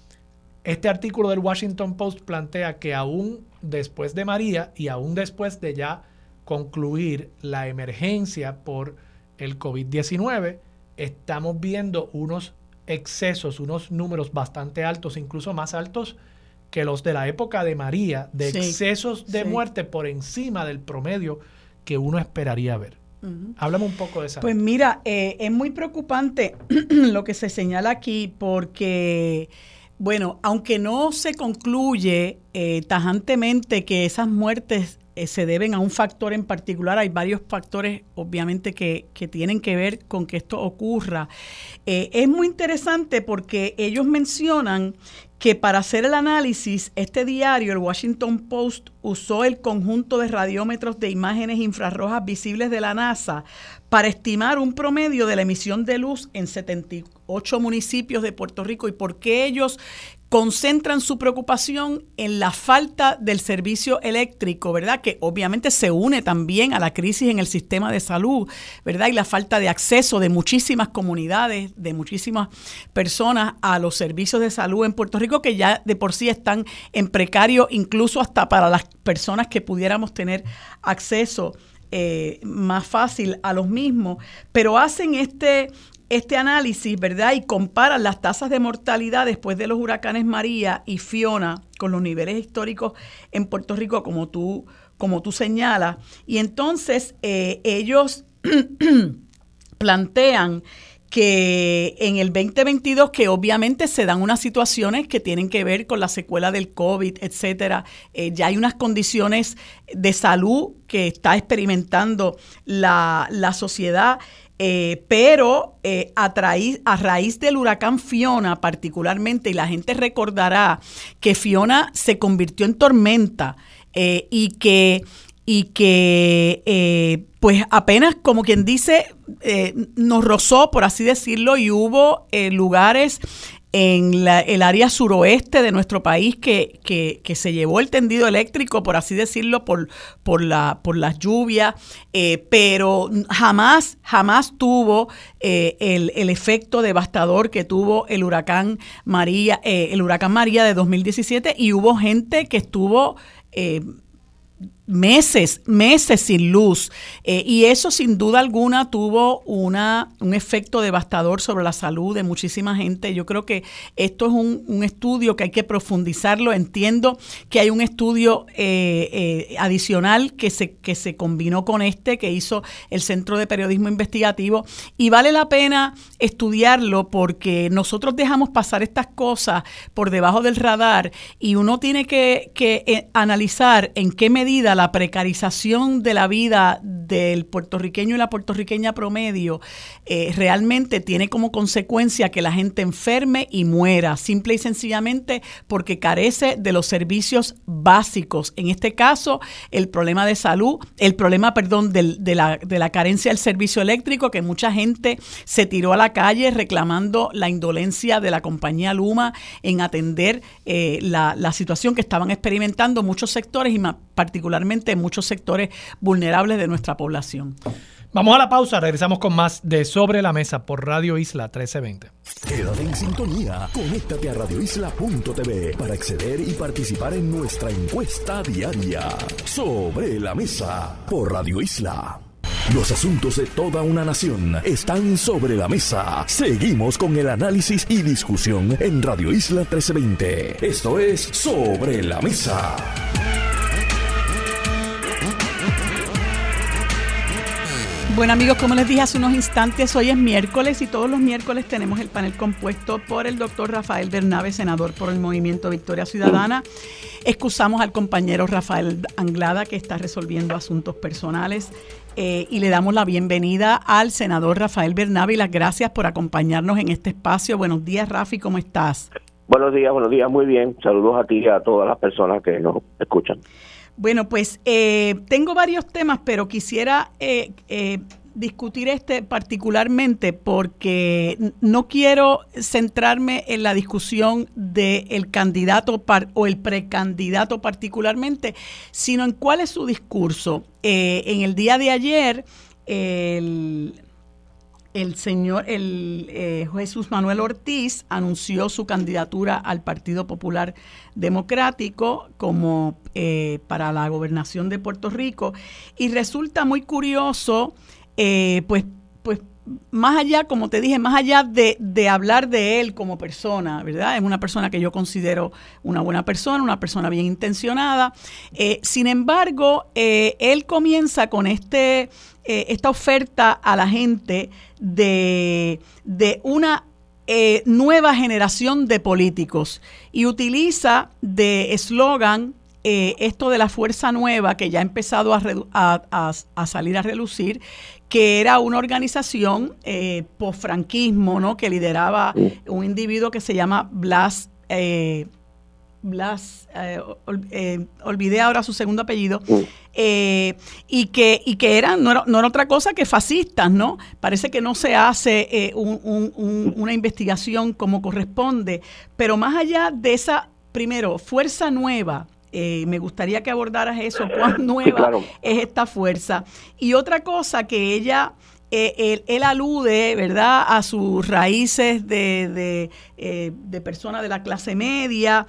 Speaker 2: Este artículo del Washington Post plantea que aún después de María y aún después de ya concluir la emergencia por el COVID-19, estamos viendo unos excesos, unos números bastante altos, incluso más altos que los de la época de María, de excesos de muerte por encima del promedio que uno esperaría ver. Háblame un poco de esa.
Speaker 3: Pues mira, es muy preocupante lo que se señala aquí porque, bueno, aunque no se concluye tajantemente que esas muertes se deben a un factor en particular, hay varios factores obviamente que tienen que ver con que esto ocurra. Es muy interesante porque ellos mencionan que para hacer el análisis, este diario, el Washington Post, usó el conjunto de radiómetros de imágenes infrarrojas visibles de la NASA para estimar un promedio de la emisión de luz en 78 municipios de Puerto Rico. ¿Y por qué ellos concentran su preocupación en la falta del servicio eléctrico, verdad? Que obviamente se une también a la crisis en el sistema de salud, ¿verdad? Y la falta de acceso de muchísimas comunidades, de muchísimas personas a los servicios de salud en Puerto Rico, que ya de por sí están en precario, incluso hasta para las personas que pudiéramos tener acceso más fácil a los mismos. Pero hacen este análisis, ¿verdad? Y comparan las tasas de mortalidad después de los huracanes María y Fiona con los niveles históricos en Puerto Rico, como tú señalas. Y entonces ellos plantean que en el 2022, que obviamente se dan unas situaciones que tienen que ver con la secuela del COVID, etcétera, ya hay unas condiciones de salud que está experimentando la sociedad. Pero a raíz del huracán Fiona particularmente, y la gente recordará que Fiona se convirtió en tormenta y que pues apenas, como quien dice, nos rozó, por así decirlo, y hubo lugares en el área suroeste de nuestro país que se llevó el tendido eléctrico, por así decirlo, por las lluvias, pero jamás tuvo el efecto devastador que tuvo el huracán María de 2017, y hubo gente que estuvo meses sin luz, y eso sin duda alguna tuvo un efecto devastador sobre la salud de muchísima gente. Yo creo que esto es un estudio que hay que profundizarlo. Entiendo que hay un estudio adicional que se combinó con que hizo el Centro de Periodismo Investigativo, y vale la pena estudiarlo porque nosotros dejamos pasar estas cosas por debajo del radar, y uno tiene que analizar en qué medida la precarización de la vida del puertorriqueño y la puertorriqueña promedio realmente tiene como consecuencia que la gente enferme y muera, simple y sencillamente porque carece de los servicios básicos. En este caso, el problema de salud, de la carencia del servicio eléctrico, que mucha gente se tiró a la calle reclamando la indolencia de la compañía Luma en atender la situación que estaban experimentando muchos sectores, y particularmente muchos sectores vulnerables de nuestra población.
Speaker 2: Vamos a la pausa, regresamos con más de Sobre la Mesa por Radio Isla 1320.
Speaker 1: Quédate en sintonía, conéctate a radioisla.tv para acceder y participar en nuestra encuesta diaria. Sobre la Mesa por Radio Isla. Los asuntos de toda una nación están sobre la mesa. Seguimos con el análisis y discusión en Radio Isla 1320. Esto es Sobre la Mesa.
Speaker 3: Bueno, amigos, como les dije hace unos instantes, hoy es miércoles y todos los miércoles tenemos el panel compuesto por el doctor Rafael Bernabe, senador por el Movimiento Victoria Ciudadana. Excusamos al compañero Rafael Anglada, que está resolviendo asuntos personales, y le damos la bienvenida al senador Rafael Bernabe y las gracias por acompañarnos en este espacio. Buenos días, Rafi, ¿cómo estás?
Speaker 6: Buenos días, muy bien. Saludos a ti y a todas las personas que nos escuchan.
Speaker 3: Bueno, pues tengo varios temas, pero quisiera discutir este particularmente porque no quiero centrarme en la discusión del candidato o el precandidato particularmente, sino en cuál es su discurso. En el día de ayer, el señor Jesús Manuel Ortiz anunció su candidatura al Partido Popular Democrático como para la gobernación de Puerto Rico, y resulta muy curioso, pues más allá, como te dije, más allá de hablar de él como persona, ¿verdad? Es una persona que yo considero una buena persona, una persona bien intencionada. Sin embargo, él comienza con esta oferta a la gente de una nueva generación de políticos, y utiliza de eslogan esto de la Fuerza Nueva, que ya ha empezado a salir a relucir, que era una organización posfranquismo, ¿no?, que lideraba un individuo que se llama Blas, olvidé ahora su segundo apellido, y que no era otra cosa que fascistas, ¿no? Parece que no se hace una investigación como corresponde, pero más allá de esa, primero, Fuerza Nueva, me gustaría que abordaras eso, cuán nueva es esta fuerza. Y otra cosa que él alude, ¿verdad?, a sus raíces de persona de la clase media,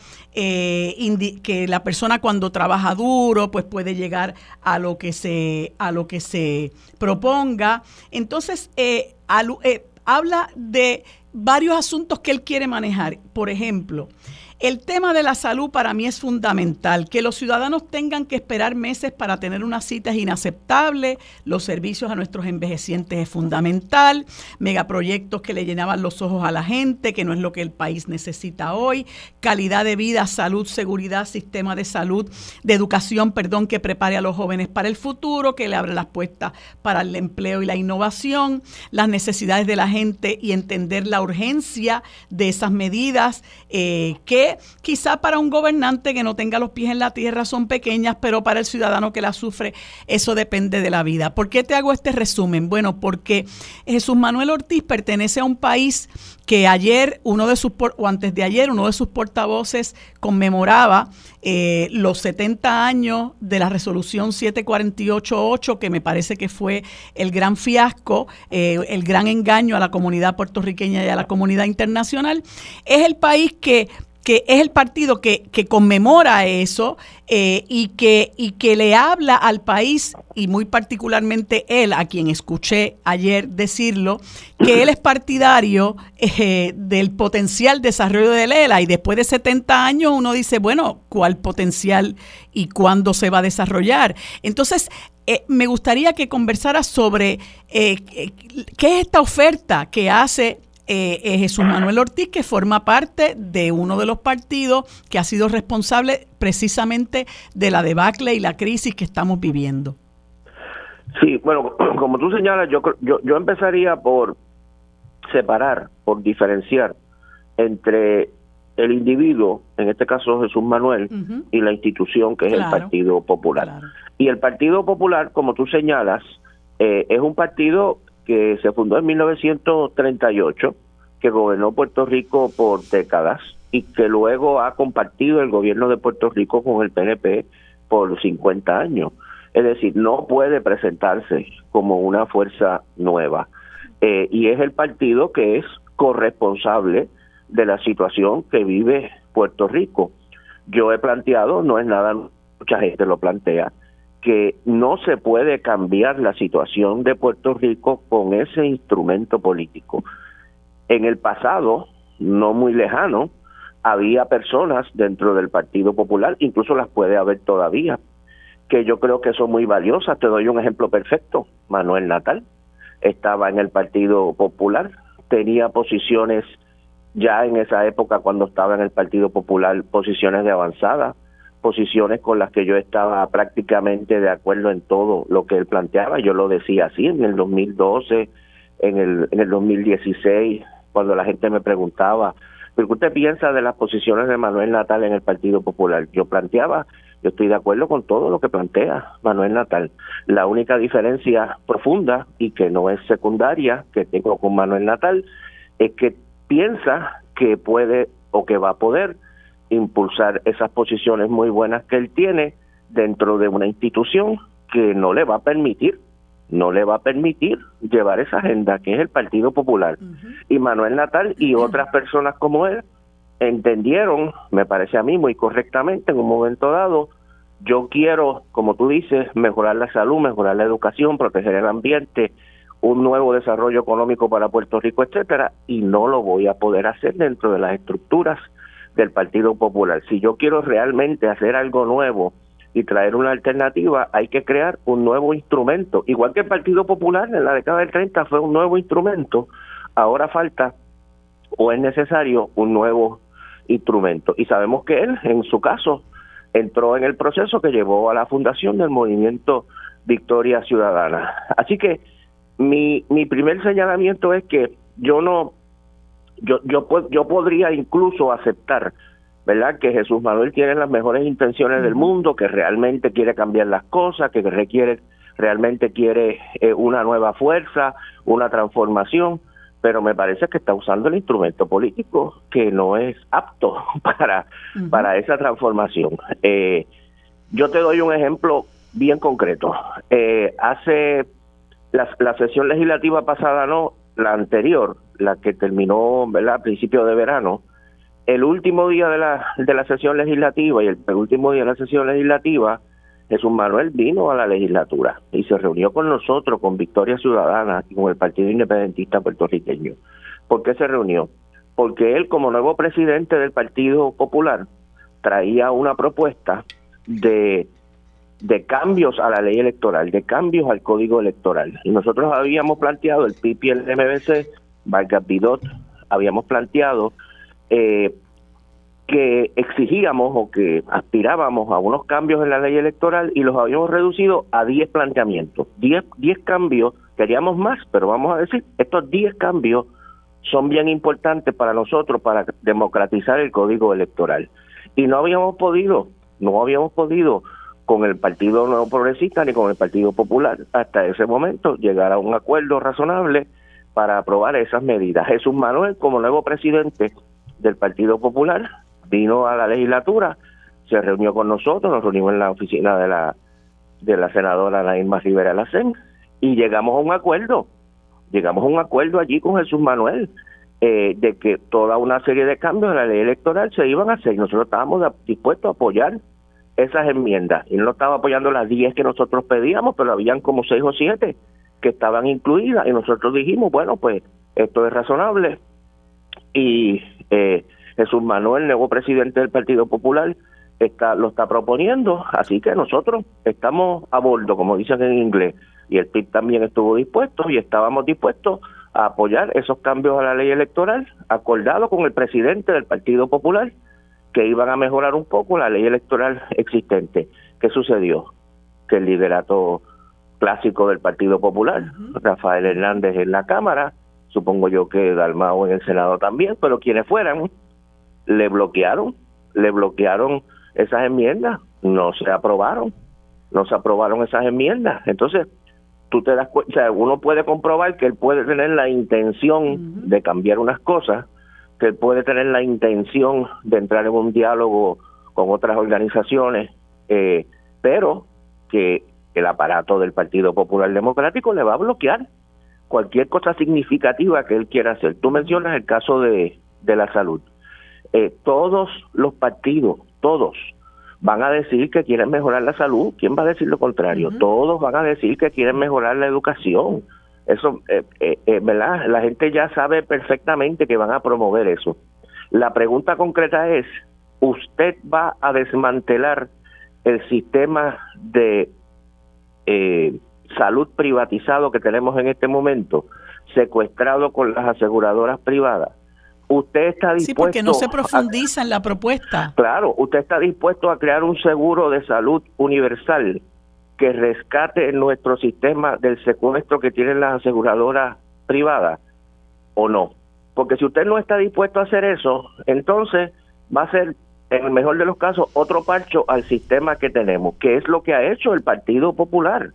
Speaker 3: que la persona cuando trabaja duro pues puede llegar a lo que se proponga. Entonces habla de varios asuntos que él quiere manejar. Por ejemplo, el tema de la salud para mí es fundamental. Que los ciudadanos tengan que esperar meses para tener una cita es inaceptable. Los servicios a nuestros envejecientes es fundamental. Megaproyectos que le llenaban los ojos a la gente, que no es lo que el país necesita hoy. Calidad de vida, salud, seguridad, sistema de salud, de educación, que prepare a los jóvenes para el futuro, que le abra las puertas para el empleo y la innovación, las necesidades de la gente y entender la urgencia de esas medidas que quizá para un gobernante que no tenga los pies en la tierra son pequeñas, pero para el ciudadano que las sufre, eso depende de la vida. ¿Por qué te hago este resumen? Bueno, porque Jesús Manuel Ortiz pertenece a un país que antes de ayer, uno de sus portavoces conmemoraba los 70 años de la resolución 748-8, que me parece que fue el gran fiasco, el gran engaño a la comunidad puertorriqueña y a la comunidad internacional. Es el país que es el partido que conmemora eso y que le habla al país, y muy particularmente él, a quien escuché ayer decirlo, que él es partidario del potencial desarrollo de Lela, y después de 70 años uno dice, bueno, ¿cuál potencial y cuándo se va a desarrollar? Entonces, me gustaría que conversaras sobre qué es esta oferta que hace Jesús Manuel Ortiz, que forma parte de uno de los partidos que ha sido responsable precisamente de la debacle y la crisis que estamos viviendo.
Speaker 6: Sí, bueno, como tú señalas, yo empezaría por separar, por diferenciar entre el individuo, en este caso Jesús Manuel, y la institución que es el Partido Popular. Claro. Y el Partido Popular, como tú señalas, es un partido que se fundó en 1938, que gobernó Puerto Rico por décadas y que luego ha compartido el gobierno de Puerto Rico con el PNP por 50 años. Es decir, no puede presentarse como una fuerza nueva. Y es el partido que es corresponsable de la situación que vive Puerto Rico. Yo he planteado, no es nada, mucha gente lo plantea, que no se puede cambiar la situación de Puerto Rico con ese instrumento político. En el pasado, no muy lejano, había personas dentro del Partido Popular, incluso las puede haber todavía, que yo creo que son muy valiosas. Te doy un ejemplo perfecto, Manuel Natal. estaba en el Partido Popular, tenía posiciones ya en esa época cuando estaba en el Partido Popular, posiciones de avanzada, posiciones con las que yo estaba prácticamente de acuerdo en todo lo que él planteaba. Yo lo decía así en el 2012, en el 2016, cuando la gente me preguntaba, ¿pero qué usted piensa de las posiciones de Manuel Natal en el Partido Popular? Yo planteaba, yo estoy de acuerdo con todo lo que plantea Manuel Natal. La única diferencia profunda y que no es secundaria que tengo con Manuel Natal es que piensa que puede o que va a poder impulsar esas posiciones muy buenas que él tiene dentro de una institución que no le va a permitir llevar esa agenda que es el Partido Popular. Y Manuel Natal y otras personas como él entendieron, me parece a mí muy correctamente en un momento dado, yo quiero, como tú dices, mejorar la salud, mejorar la educación, proteger el ambiente, un nuevo desarrollo económico para Puerto Rico, etcétera, y no lo voy a poder hacer dentro de las estructuras del Partido Popular. Si yo quiero realmente hacer algo nuevo y traer una alternativa, hay que crear un nuevo instrumento. Igual que el Partido Popular en la década del 30 fue un nuevo instrumento, ahora falta o es necesario un nuevo instrumento. Y sabemos que él, en su caso, entró en el proceso que llevó a la fundación del movimiento Victoria Ciudadana. Así que mi primer señalamiento es que yo podría incluso aceptar, ¿verdad?, que Jesús Manuel tiene las mejores intenciones del mundo, que realmente quiere cambiar las cosas, que realmente quiere una nueva fuerza, una transformación, pero me parece que está usando el instrumento político que no es apto para esa transformación. Yo te doy un ejemplo bien concreto. Hace la sesión legislativa pasada, no, la anterior, la que terminó, ¿verdad?, a principios de verano, el último día de la sesión legislativa y el penúltimo día de la sesión legislativa, Jesús Manuel vino a la legislatura y se reunió con nosotros, con Victoria Ciudadana y con el Partido Independentista Puertorriqueño. ¿Por qué se reunió? Porque él, como nuevo presidente del Partido Popular, traía una propuesta de cambios a la ley electoral, de cambios al código electoral. Y nosotros habíamos planteado, el PIP y el MBC, Vargas Vidot, habíamos planteado que exigíamos o que aspirábamos a unos cambios en la ley electoral y los habíamos reducido a 10 planteamientos. 10 cambios, queríamos más, pero vamos a decir, estos 10 cambios son bien importantes para nosotros para democratizar el código electoral. Y no habíamos podido con el Partido Nuevo Progresista ni con el Partido Popular hasta ese momento llegar a un acuerdo razonable para aprobar esas medidas. Jesús Manuel, como nuevo presidente del Partido Popular, vino a la legislatura, se reunió con nosotros, nos reunimos en la oficina de la senadora Ana Irma Rivera Lacén y llegamos a un acuerdo allí con Jesús Manuel de que toda una serie de cambios en la ley electoral se iban a hacer. Nosotros estábamos dispuestos a apoyar esas enmiendas y no estaba apoyando las 10 que nosotros pedíamos, pero habían como 6 o 7 que estaban incluidas y nosotros dijimos, bueno, pues esto es razonable y Jesús Manuel, nuevo presidente del Partido Popular, lo está proponiendo, así que nosotros estamos a bordo, como dicen en inglés, y el PIB también estuvo dispuesto y estábamos dispuestos a apoyar esos cambios a la ley electoral, acordado con el presidente del Partido Popular, que iban a mejorar un poco la ley electoral existente. ¿Qué sucedió? Que el liderato clásico del Partido Popular, Rafael Hernández en la Cámara, supongo yo que Dalmau en el Senado también, pero quienes fueran, le bloquearon esas enmiendas, no se aprobaron esas enmiendas. Entonces, tú te das cuenta, o sea, uno puede comprobar que él puede tener la intención de cambiar unas cosas, que él puede tener la intención de entrar en un diálogo con otras organizaciones, pero que el aparato del Partido Popular Democrático le va a bloquear cualquier cosa significativa que él quiera hacer. Tú mencionas el caso de la salud. Todos los partidos, todos, van a decir que quieren mejorar la salud. ¿Quién va a decir lo contrario? Todos van a decir que quieren mejorar la educación. Eso, ¿verdad? La gente ya sabe perfectamente que van a promover eso. La pregunta concreta es, ¿usted va a desmantelar el sistema de salud privatizado que tenemos en este momento, secuestrado con las aseguradoras privadas, usted está dispuesto...
Speaker 3: Sí, porque no se profundiza en la propuesta.
Speaker 6: Claro, usted está dispuesto a crear un seguro de salud universal que rescate nuestro sistema del secuestro que tienen las aseguradoras privadas, ¿o no? Porque si usted no está dispuesto a hacer eso, entonces va a ser, en el mejor de los casos, otro parcho al sistema que tenemos, que es lo que ha hecho el Partido Popular.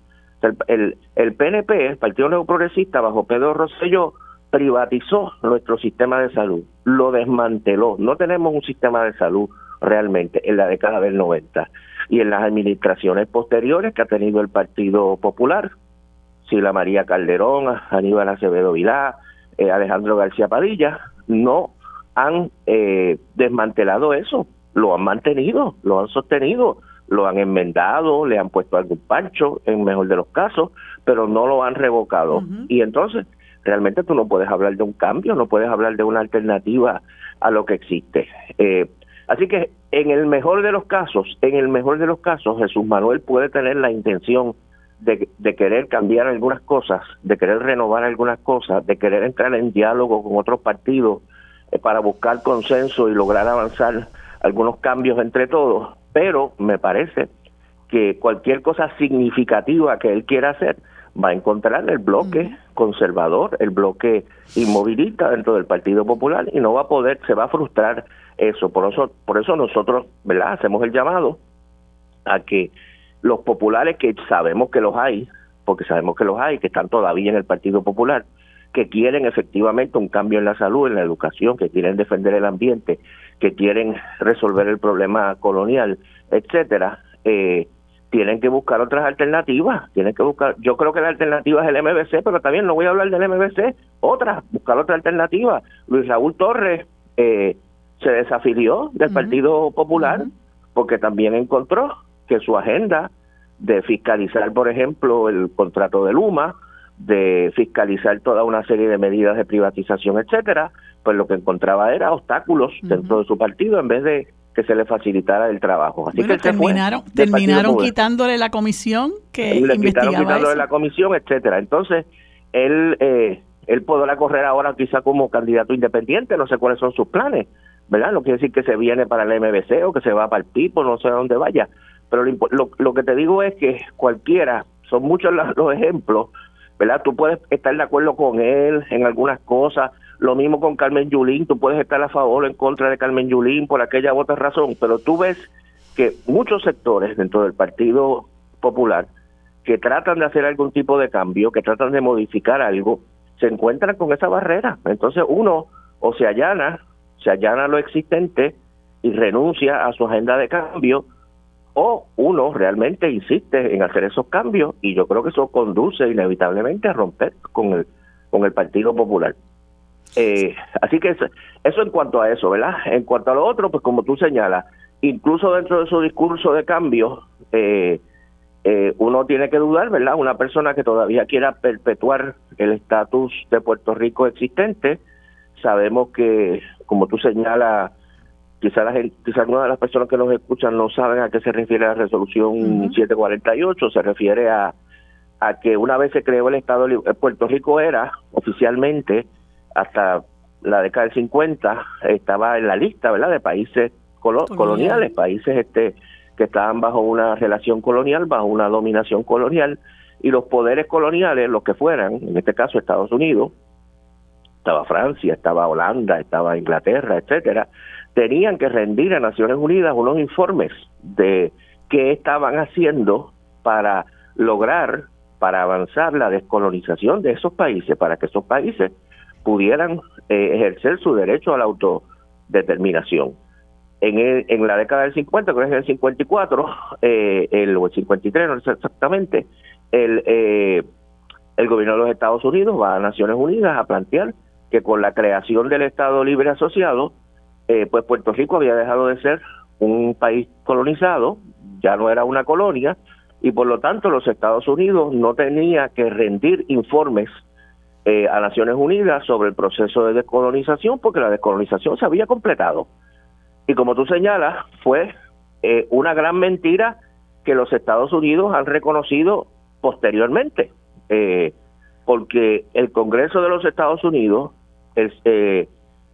Speaker 6: El PNP, el Partido Nuevo Progresista, bajo Pedro Rosselló, privatizó nuestro sistema de salud, lo desmanteló. No tenemos un sistema de salud realmente en la década del 90. Y en las administraciones posteriores que ha tenido el Partido Popular, Sila María Calderón, Aníbal Acevedo Vilá, Alejandro García Padilla, no han desmantelado eso, lo han mantenido, lo han sostenido, lo han enmendado, le han puesto algún parcho, en el mejor de los casos, pero no lo han revocado. Uh-huh. Y entonces, realmente tú no puedes hablar de un cambio, no puedes hablar de una alternativa a lo que existe. Así que, en el mejor de los casos, Jesús Manuel puede tener la intención de querer cambiar algunas cosas, de querer renovar algunas cosas, de querer entrar en diálogo con otros partidos para buscar consenso y lograr avanzar algunos cambios entre todos, pero me parece que cualquier cosa significativa que él quiera hacer va a encontrar el bloque conservador, el bloque inmovilista dentro del Partido Popular y no va a poder, se va a frustrar eso. Por eso nosotros, ¿verdad?, hacemos el llamado a que los populares, que sabemos que los hay, porque sabemos que los hay, que están todavía en el Partido Popular, que quieren efectivamente un cambio en la salud, en la educación, que quieren defender el ambiente, que quieren resolver el problema colonial, etcétera, tienen que buscar otras alternativas, yo creo que la alternativa es el MBC, pero también no voy a hablar del MBC, buscar otra alternativa. Luis Raúl Torres se desafilió del Partido Popular porque también encontró que su agenda de fiscalizar, por ejemplo, el contrato de Luma, de fiscalizar toda una serie de medidas de privatización, etcétera, pues lo que encontraba era obstáculos dentro de su partido en vez de que se le facilitara el trabajo. Así que
Speaker 3: terminaron quitándole la comisión que investigaba eso.
Speaker 6: La comisión, etcétera. Entonces, él podrá correr ahora quizá como candidato independiente, no sé cuáles son sus planes, ¿verdad? No quiere decir que se viene para el MBC o que se va para el PIB o no sé a dónde vaya, pero lo que te digo es que cualquiera, son muchos los ejemplos, ¿verdad? Tú puedes estar de acuerdo con él en algunas cosas, lo mismo con Carmen Yulín, tú puedes estar a favor o en contra de Carmen Yulín por aquella u otra razón, pero tú ves que muchos sectores dentro del Partido Popular que tratan de hacer algún tipo de cambio, que tratan de modificar algo, se encuentran con esa barrera. Entonces uno o se allana lo existente y renuncia a su agenda de cambio, o uno realmente insiste en hacer esos cambios, y yo creo que eso conduce inevitablemente a romper con el Partido Popular. Así que eso en cuanto a eso, ¿verdad? En cuanto a lo otro, pues como tú señalas, incluso dentro de su discurso de cambio, uno tiene que dudar, ¿verdad? Una persona que todavía quiera perpetuar el estatus de Puerto Rico existente, sabemos que, como tú señalas, quizá algunas de las personas que nos escuchan no saben a qué se refiere la resolución 748, se refiere a que una vez se creó el Estado de Puerto Rico era oficialmente, hasta la década del 50, estaba en la lista, ¿verdad?, de países coloniales, países que estaban bajo una relación colonial, bajo una dominación colonial, y los poderes coloniales, los que fueran, en este caso Estados Unidos, estaba Francia, estaba Holanda, estaba Inglaterra, etcétera, tenían que rendir a Naciones Unidas unos informes de qué estaban haciendo para avanzar la descolonización de esos países, para que esos países pudieran ejercer su derecho a la autodeterminación. En la década del 50, creo que es en el 54, o el 53, no sé exactamente, el gobierno de los Estados Unidos va a Naciones Unidas a plantear que con la creación del Estado Libre Asociado, pues Puerto Rico había dejado de ser un país colonizado, ya no era una colonia, y por lo tanto los Estados Unidos no tenía que rendir informes a Naciones Unidas sobre el proceso de descolonización, porque la descolonización se había completado. Y como tú señalas, fue una gran mentira que los Estados Unidos han reconocido posteriormente, porque el Congreso de los Estados Unidos, el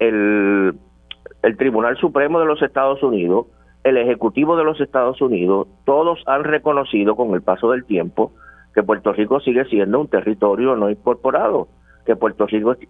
Speaker 6: Tribunal Supremo de los Estados Unidos, el Ejecutivo de los Estados Unidos, todos han reconocido con el paso del tiempo que Puerto Rico sigue siendo un territorio no incorporado, que Puerto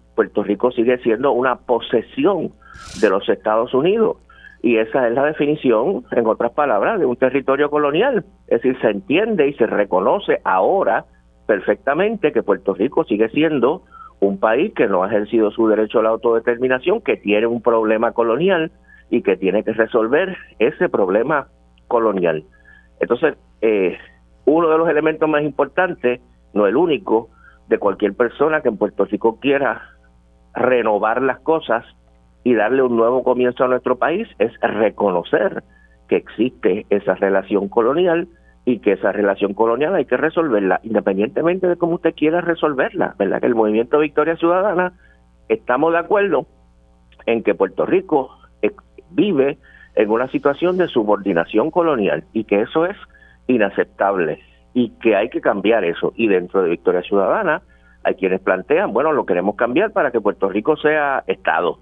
Speaker 6: Rico sigue siendo una posesión de los Estados Unidos. Y esa es la definición, en otras palabras, de un territorio colonial. Es decir, se entiende y se reconoce ahora perfectamente que Puerto Rico sigue siendo un país que no ha ejercido su derecho a la autodeterminación, que tiene un problema colonial y que tiene que resolver ese problema colonial. Entonces, uno de los elementos más importantes, no el único, de cualquier persona que en Puerto Rico quiera renovar las cosas y darle un nuevo comienzo a nuestro país, es reconocer que existe esa relación colonial y que esa relación colonial hay que resolverla, independientemente de cómo usted quiera resolverla, ¿verdad? Que el Movimiento Victoria Ciudadana estamos de acuerdo en que Puerto Rico vive en una situación de subordinación colonial y que eso es inaceptable y que hay que cambiar eso. Y dentro de Victoria Ciudadana hay quienes plantean, bueno, lo queremos cambiar para que Puerto Rico sea Estado,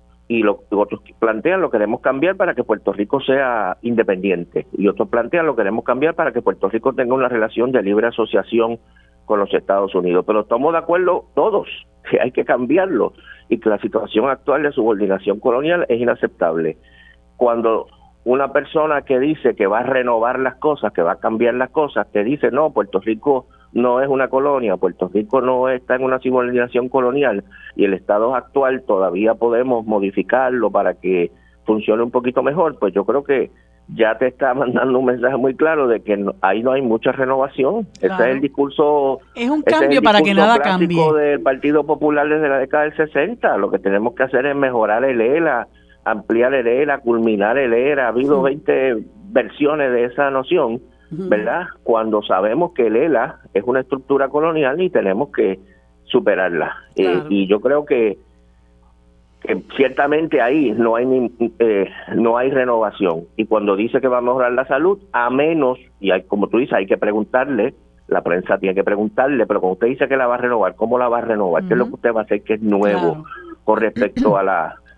Speaker 6: y otros plantean lo queremos cambiar para que Puerto Rico sea independiente, y otros plantean lo queremos cambiar para que Puerto Rico tenga una relación de libre asociación con los Estados Unidos. Pero estamos de acuerdo todos que hay que cambiarlo y que la situación actual de subordinación colonial es inaceptable. Cuando una persona que dice que va a renovar las cosas, que va a cambiar las cosas, te dice, no, Puerto Rico no es una colonia, Puerto Rico no está en una subordinación colonial y el estado actual todavía podemos modificarlo para que funcione un poquito mejor, pues yo creo que ya te está mandando un mensaje muy claro de que ahí no hay mucha renovación. Claro. Ese es el discurso.
Speaker 3: Es un cambio para que nada cambie.
Speaker 6: Del Partido Popular desde la década del 60. Lo que tenemos que hacer es mejorar el ELA, ampliar el ELA, culminar el ELA. Ha habido 20 versiones de esa noción, ¿verdad? Cuando sabemos que el ELA es una estructura colonial y tenemos que superarla. Claro. Y yo creo que ciertamente ahí no hay renovación. Y cuando dice que va a mejorar la salud, a menos, y hay, como tú dices, hay que preguntarle, la prensa tiene que preguntarle, pero cuando usted dice que la va a renovar, ¿cómo la va a renovar? ¿Qué es lo que usted va a hacer que es nuevo con respecto a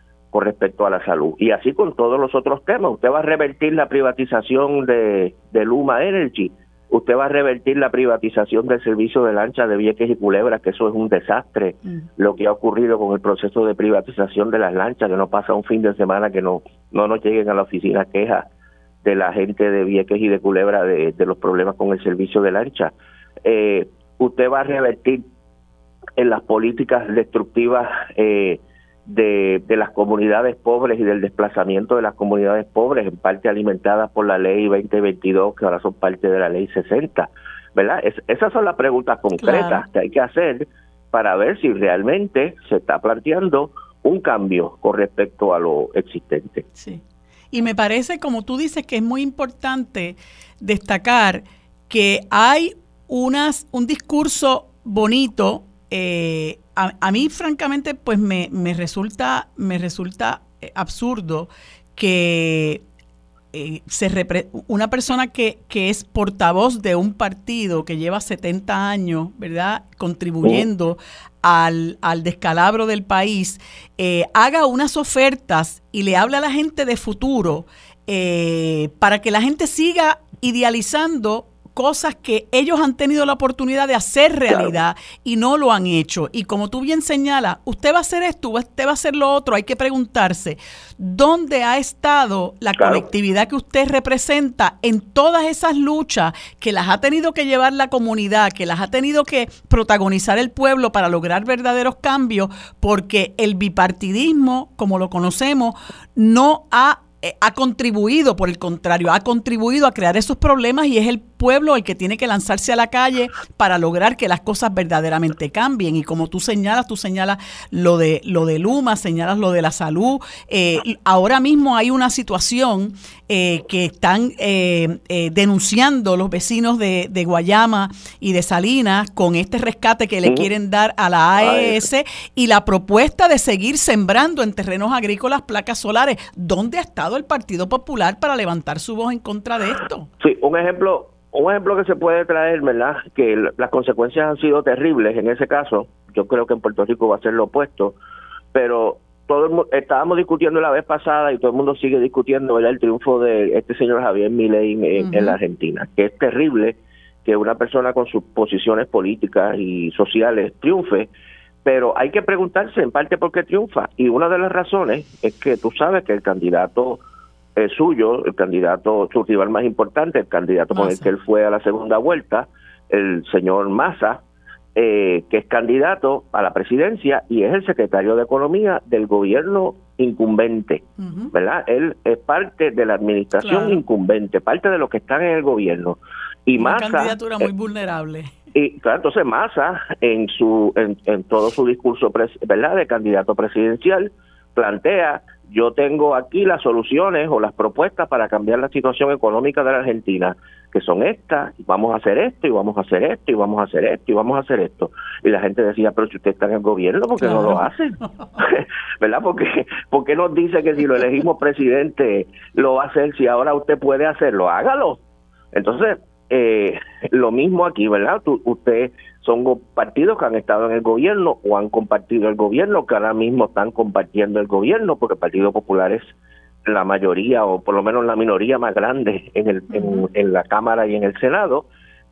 Speaker 6: la salud? Y así con todos los otros temas. Usted va a revertir la privatización de Luma Energy, usted va a revertir la privatización del servicio de lancha de Vieques y Culebra, que eso es un desastre, lo que ha ocurrido con el proceso de privatización de las lanchas, que no pasa un fin de semana que no nos lleguen a la oficina quejas de la gente de Vieques y de Culebra de los problemas con el servicio de lancha. Usted va a revertir en las políticas destructivas de las comunidades pobres y del desplazamiento de las comunidades pobres, en parte alimentadas por la ley 2022, que ahora son parte de la ley 60, ¿verdad? Esas son las preguntas concretas que hay que hacer para ver si realmente se está planteando un cambio con respecto a lo existente.
Speaker 3: Sí. Y me parece, como tú dices, que es muy importante destacar que hay un discurso bonito. A mí, francamente, pues me resulta absurdo que una persona que es portavoz de un partido que lleva 70 años, ¿verdad?, contribuyendo al descalabro del país, haga unas ofertas y le hable a la gente de futuro para que la gente siga idealizando cosas que ellos han tenido la oportunidad de hacer realidad y no lo han hecho. Y como tú bien señalas, usted va a hacer esto, usted va a hacer lo otro. Hay que preguntarse, ¿dónde ha estado la colectividad que usted representa en todas esas luchas que las ha tenido que llevar la comunidad, que las ha tenido que protagonizar el pueblo para lograr verdaderos cambios? Porque el bipartidismo, como lo conocemos, no ha contribuido, por el contrario, ha contribuido a crear esos problemas y es el pueblo el que tiene que lanzarse a la calle para lograr que las cosas verdaderamente cambien. Y como tú señalas lo de Luma, señalas lo de la salud. Ahora mismo hay una situación que están denunciando los vecinos de Guayama y de Salinas con este rescate que le quieren dar a la AES y la propuesta de seguir sembrando en terrenos agrícolas placas solares. ¿Dónde ha estado el Partido Popular para levantar su voz en contra de esto?
Speaker 6: Sí, un ejemplo un ejemplo que se puede traer, ¿verdad? Que las consecuencias han sido terribles en ese caso. Yo creo que en Puerto Rico va a ser lo opuesto, pero estábamos discutiendo la vez pasada y todo el mundo sigue discutiendo, ¿verdad?, el triunfo de este señor Javier Milei en la Argentina, que es terrible que una persona con sus posiciones políticas y sociales triunfe, pero hay que preguntarse en parte por qué triunfa, y una de las razones es que tú sabes que el candidato suyo, el candidato, su rival más importante, el candidato con el que él fue a la segunda vuelta, el señor Massa, que es candidato a la presidencia y es el secretario de Economía del gobierno incumbente, ¿verdad? Él es parte de la administración incumbente, parte de los que están en el gobierno. Y
Speaker 3: una
Speaker 6: Massa,
Speaker 3: candidatura muy vulnerable.
Speaker 6: Y claro, entonces Massa en todo su discurso, ¿verdad?, de candidato presidencial, plantea: yo tengo aquí las soluciones o las propuestas para cambiar la situación económica de la Argentina, que son estas, y vamos a hacer esto, y vamos a hacer esto, y vamos a hacer esto, y vamos a hacer esto. Y la gente decía: pero si usted está en el gobierno, ¿por qué no lo hace? ¿Verdad? ¿Por qué nos dice que si lo elegimos presidente lo va a hacer? Si ahora usted puede hacerlo, hágalo. Entonces, lo mismo aquí, ¿verdad? Usted son partidos que han estado en el gobierno o han compartido el gobierno, que ahora mismo están compartiendo el gobierno, porque el Partido Popular es la mayoría o por lo menos la minoría más grande en la Cámara y en el Senado,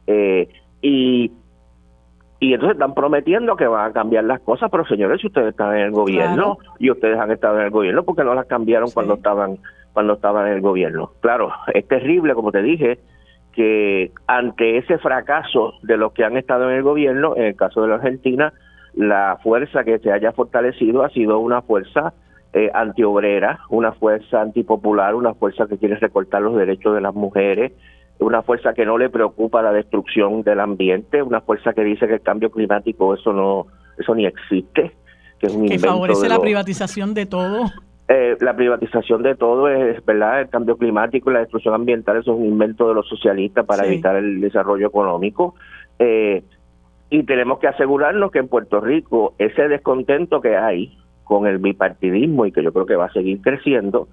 Speaker 6: y entonces están prometiendo que van a cambiar las cosas. Pero señores, si ustedes están en el gobierno y ustedes han estado en el gobierno, ¿por qué no las cambiaron cuando estaban en el gobierno? Claro, es terrible, como te dije, que ante ese fracaso de los que han estado en el gobierno, en el caso de la Argentina, la fuerza que se haya fortalecido ha sido una fuerza antiobrera, una fuerza antipopular, una fuerza que quiere recortar los derechos de las mujeres, una fuerza que no le preocupa la destrucción del ambiente, una fuerza que dice que el cambio climático eso ni existe, que es un invento,
Speaker 3: favorece la privatización de todo.
Speaker 6: La privatización de todo es, ¿verdad? El cambio climático y la destrucción ambiental, eso es un invento de los socialistas para evitar el desarrollo económico. Y tenemos que asegurarnos que en Puerto Rico ese descontento que hay con el bipartidismo, y que yo creo que va a seguir creciendo,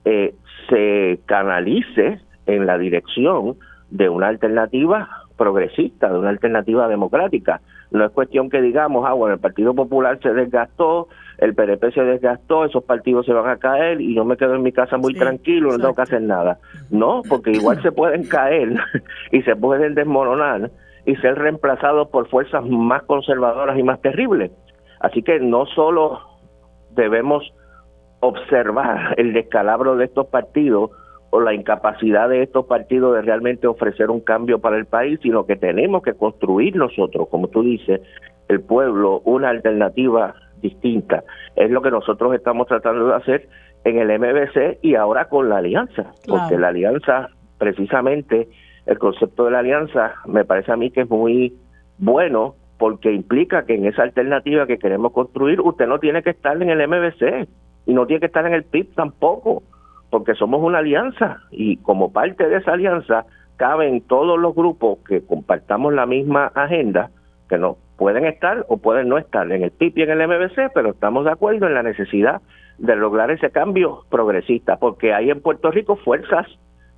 Speaker 6: se canalice en la dirección de una alternativa progresista, de una alternativa democrática. No es cuestión que digamos: bueno, el Partido Popular se desgastó, el PNP se desgastó, esos partidos se van a caer y yo me quedo en mi casa muy tranquilo, no tengo que hacer nada. No, porque igual se pueden caer y se pueden desmoronar y ser reemplazados por fuerzas más conservadoras y más terribles. Así que no solo debemos observar el descalabro de estos partidos o la incapacidad de estos partidos de realmente ofrecer un cambio para el país, sino que tenemos que construir nosotros, como tú dices, el pueblo, una alternativa distinta. Es lo que nosotros estamos tratando de hacer en el MBC y ahora con la alianza, porque la alianza, precisamente, el concepto de la alianza me parece a mí que es muy bueno, porque implica que en esa alternativa que queremos construir, usted no tiene que estar en el MBC y no tiene que estar en el PIB tampoco, porque somos una alianza y como parte de esa alianza caben todos los grupos que compartamos la misma agenda, que no pueden estar o pueden no estar en el PIB y en el MBC, pero estamos de acuerdo en la necesidad de lograr ese cambio progresista, porque hay en Puerto Rico fuerzas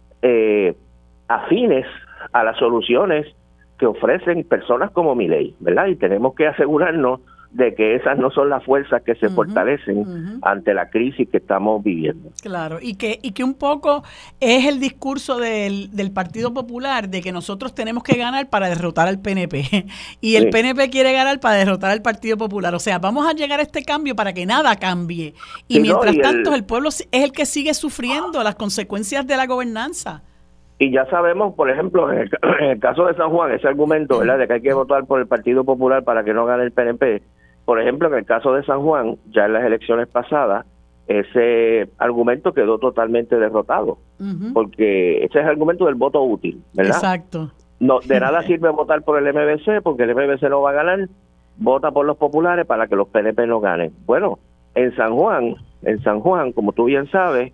Speaker 6: afines a las soluciones que ofrecen personas como Milei, ¿verdad? Y tenemos que asegurarnos de que esas no son las fuerzas que se fortalecen ante la crisis que estamos viviendo.
Speaker 3: Claro, y que un poco es el discurso del Partido Popular de que nosotros tenemos que ganar para derrotar al PNP y el PNP quiere ganar para derrotar al Partido Popular. O sea, vamos a llegar a este cambio para que nada cambie. Y mientras tanto el pueblo es el que sigue sufriendo las consecuencias de la gobernanza.
Speaker 6: Y ya sabemos, por ejemplo, en el caso de San Juan, ese argumento, ¿verdad?, de que hay que votar por el Partido Popular para que no gane el PNP. Por ejemplo, en el caso de San Juan, ya en las elecciones pasadas, ese argumento quedó totalmente derrotado, porque ese es el argumento del voto útil, ¿verdad? Exacto. No, de nada sirve votar por el MBC, porque el MBC no va a ganar, vota por los populares para que los PNP no ganen. Bueno, en San Juan, como tú bien sabes,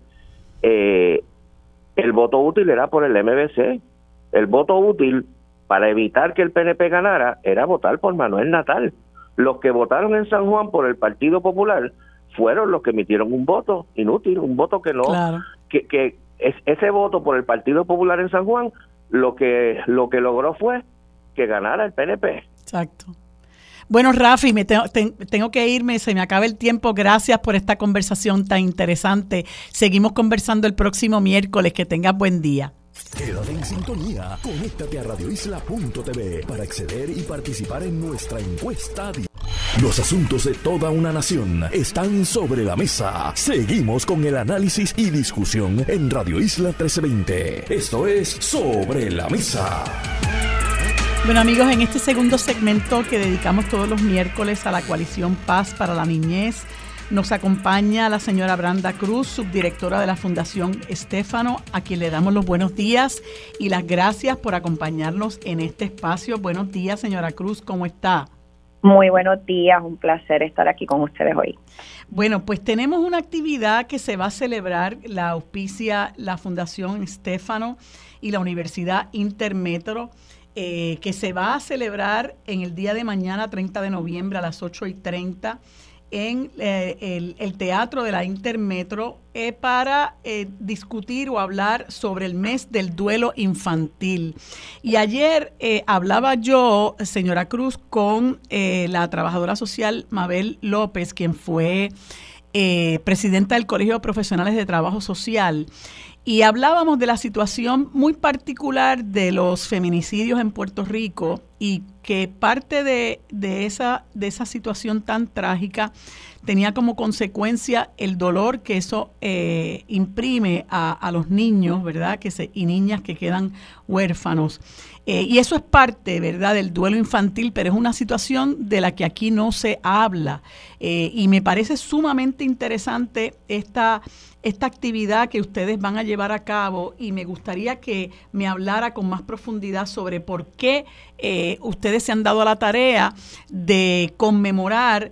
Speaker 6: el voto útil era por el MBC. El voto útil, para evitar que el PNP ganara, era votar por Manuel Natal. Los que votaron en San Juan por el Partido Popular fueron los que emitieron un voto inútil, un voto que no, ese voto por el Partido Popular en San Juan no iba a lo que logró fue que ganara el PNP.
Speaker 3: Exacto. Bueno, Rafi, tengo que irme, se me acaba el tiempo. Gracias por esta conversación tan interesante. Seguimos conversando el próximo miércoles. Que tengas buen día.
Speaker 1: Quédate en sintonía. Conéctate a radioisla.tv para acceder y participar en nuestra encuesta. Los asuntos de toda una nación están sobre la mesa. Seguimos con el análisis y discusión en Radio Isla 1320. Esto es Sobre la Mesa.
Speaker 3: Bueno, amigos, en este segundo segmento que dedicamos todos los miércoles a la Coalición Paz para la Niñez, nos acompaña la señora Branda Cruz, subdirectora de la Fundación Stefano, a quien le damos los buenos días y las gracias por acompañarnos en este espacio. Buenos días, señora Cruz, ¿cómo está?
Speaker 7: Muy buenos días, un placer estar aquí con ustedes hoy.
Speaker 3: Bueno, pues tenemos una actividad que se va a celebrar, la auspicia la Fundación Stefano y la Universidad Intermetro, que se va a celebrar en el día de mañana, 30 de noviembre, a las 8:30, en el Teatro de la Intermetro, para discutir o hablar sobre el mes del duelo infantil. Y ayer hablaba yo, señora Cruz, con la trabajadora social Mabel López, quien fue presidenta del Colegio de Profesionales de Trabajo Social, y hablábamos de la situación muy particular de los feminicidios en Puerto Rico, y que parte de esa situación tan trágica tenía como consecuencia el dolor que eso imprime a los niños, ¿verdad? Y niñas que quedan huérfanos. Y eso es parte, ¿verdad?, del duelo infantil, pero es una situación de la que aquí no se habla. Y me parece sumamente interesante esta actividad que ustedes van a llevar a cabo, y me gustaría que me hablara con más profundidad sobre por qué ustedes se han dado a la tarea de conmemorar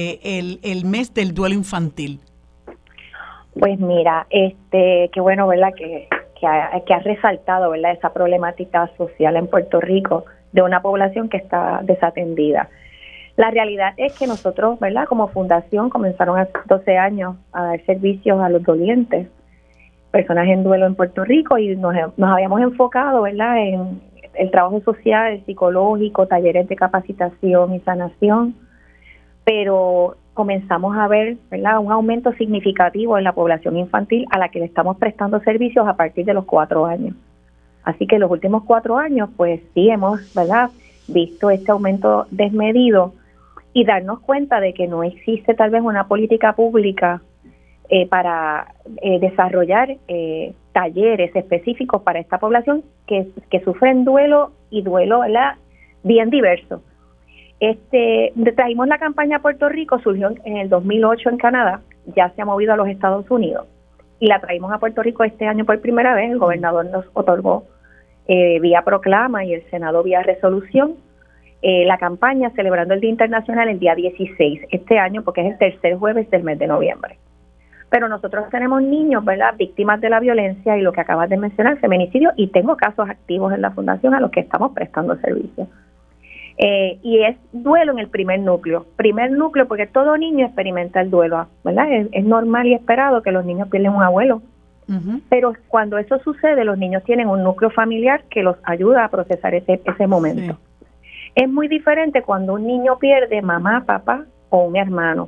Speaker 3: el mes del duelo infantil.
Speaker 7: Pues mira, qué bueno, ¿verdad?, que ha resaltado, ¿verdad?, esa problemática social en Puerto Rico de una población que está desatendida. La realidad es que nosotros, ¿verdad?, como fundación comenzaron hace 12 años a dar servicios a los dolientes, personas en duelo en Puerto Rico, y nos habíamos enfocado, ¿verdad?, en el trabajo social, psicológico, talleres de capacitación y sanación, pero comenzamos a ver, ¿verdad?, un aumento significativo en la población infantil a la que le estamos prestando servicios a partir de los 4 años. Así que los últimos 4 años, pues sí hemos, ¿verdad?, visto este aumento desmedido, y darnos cuenta de que no existe tal vez una política pública para desarrollar talleres específicos para esta población que sufren duelo, y duelo, ¿verdad?, bien diverso. Traímos la campaña a Puerto Rico, surgió en el 2008 en Canadá, ya se ha movido a los Estados Unidos, y la traímos a Puerto Rico este año por primera vez. El gobernador nos otorgó vía proclama y el Senado vía resolución la campaña celebrando el Día Internacional el día 16 este año, porque es el tercer jueves del mes de noviembre. Pero nosotros tenemos niños, ¿verdad?, víctimas de la violencia y lo que acabas de mencionar, feminicidio, y tengo casos activos en la fundación a los que estamos prestando servicio. Y es duelo en el primer núcleo, porque todo niño experimenta el duelo, ¿verdad? Es normal y esperado que los niños pierden un abuelo, pero cuando eso sucede, los niños tienen un núcleo familiar que los ayuda a procesar ese momento. Sí. Es muy diferente cuando un niño pierde mamá, papá o un hermano.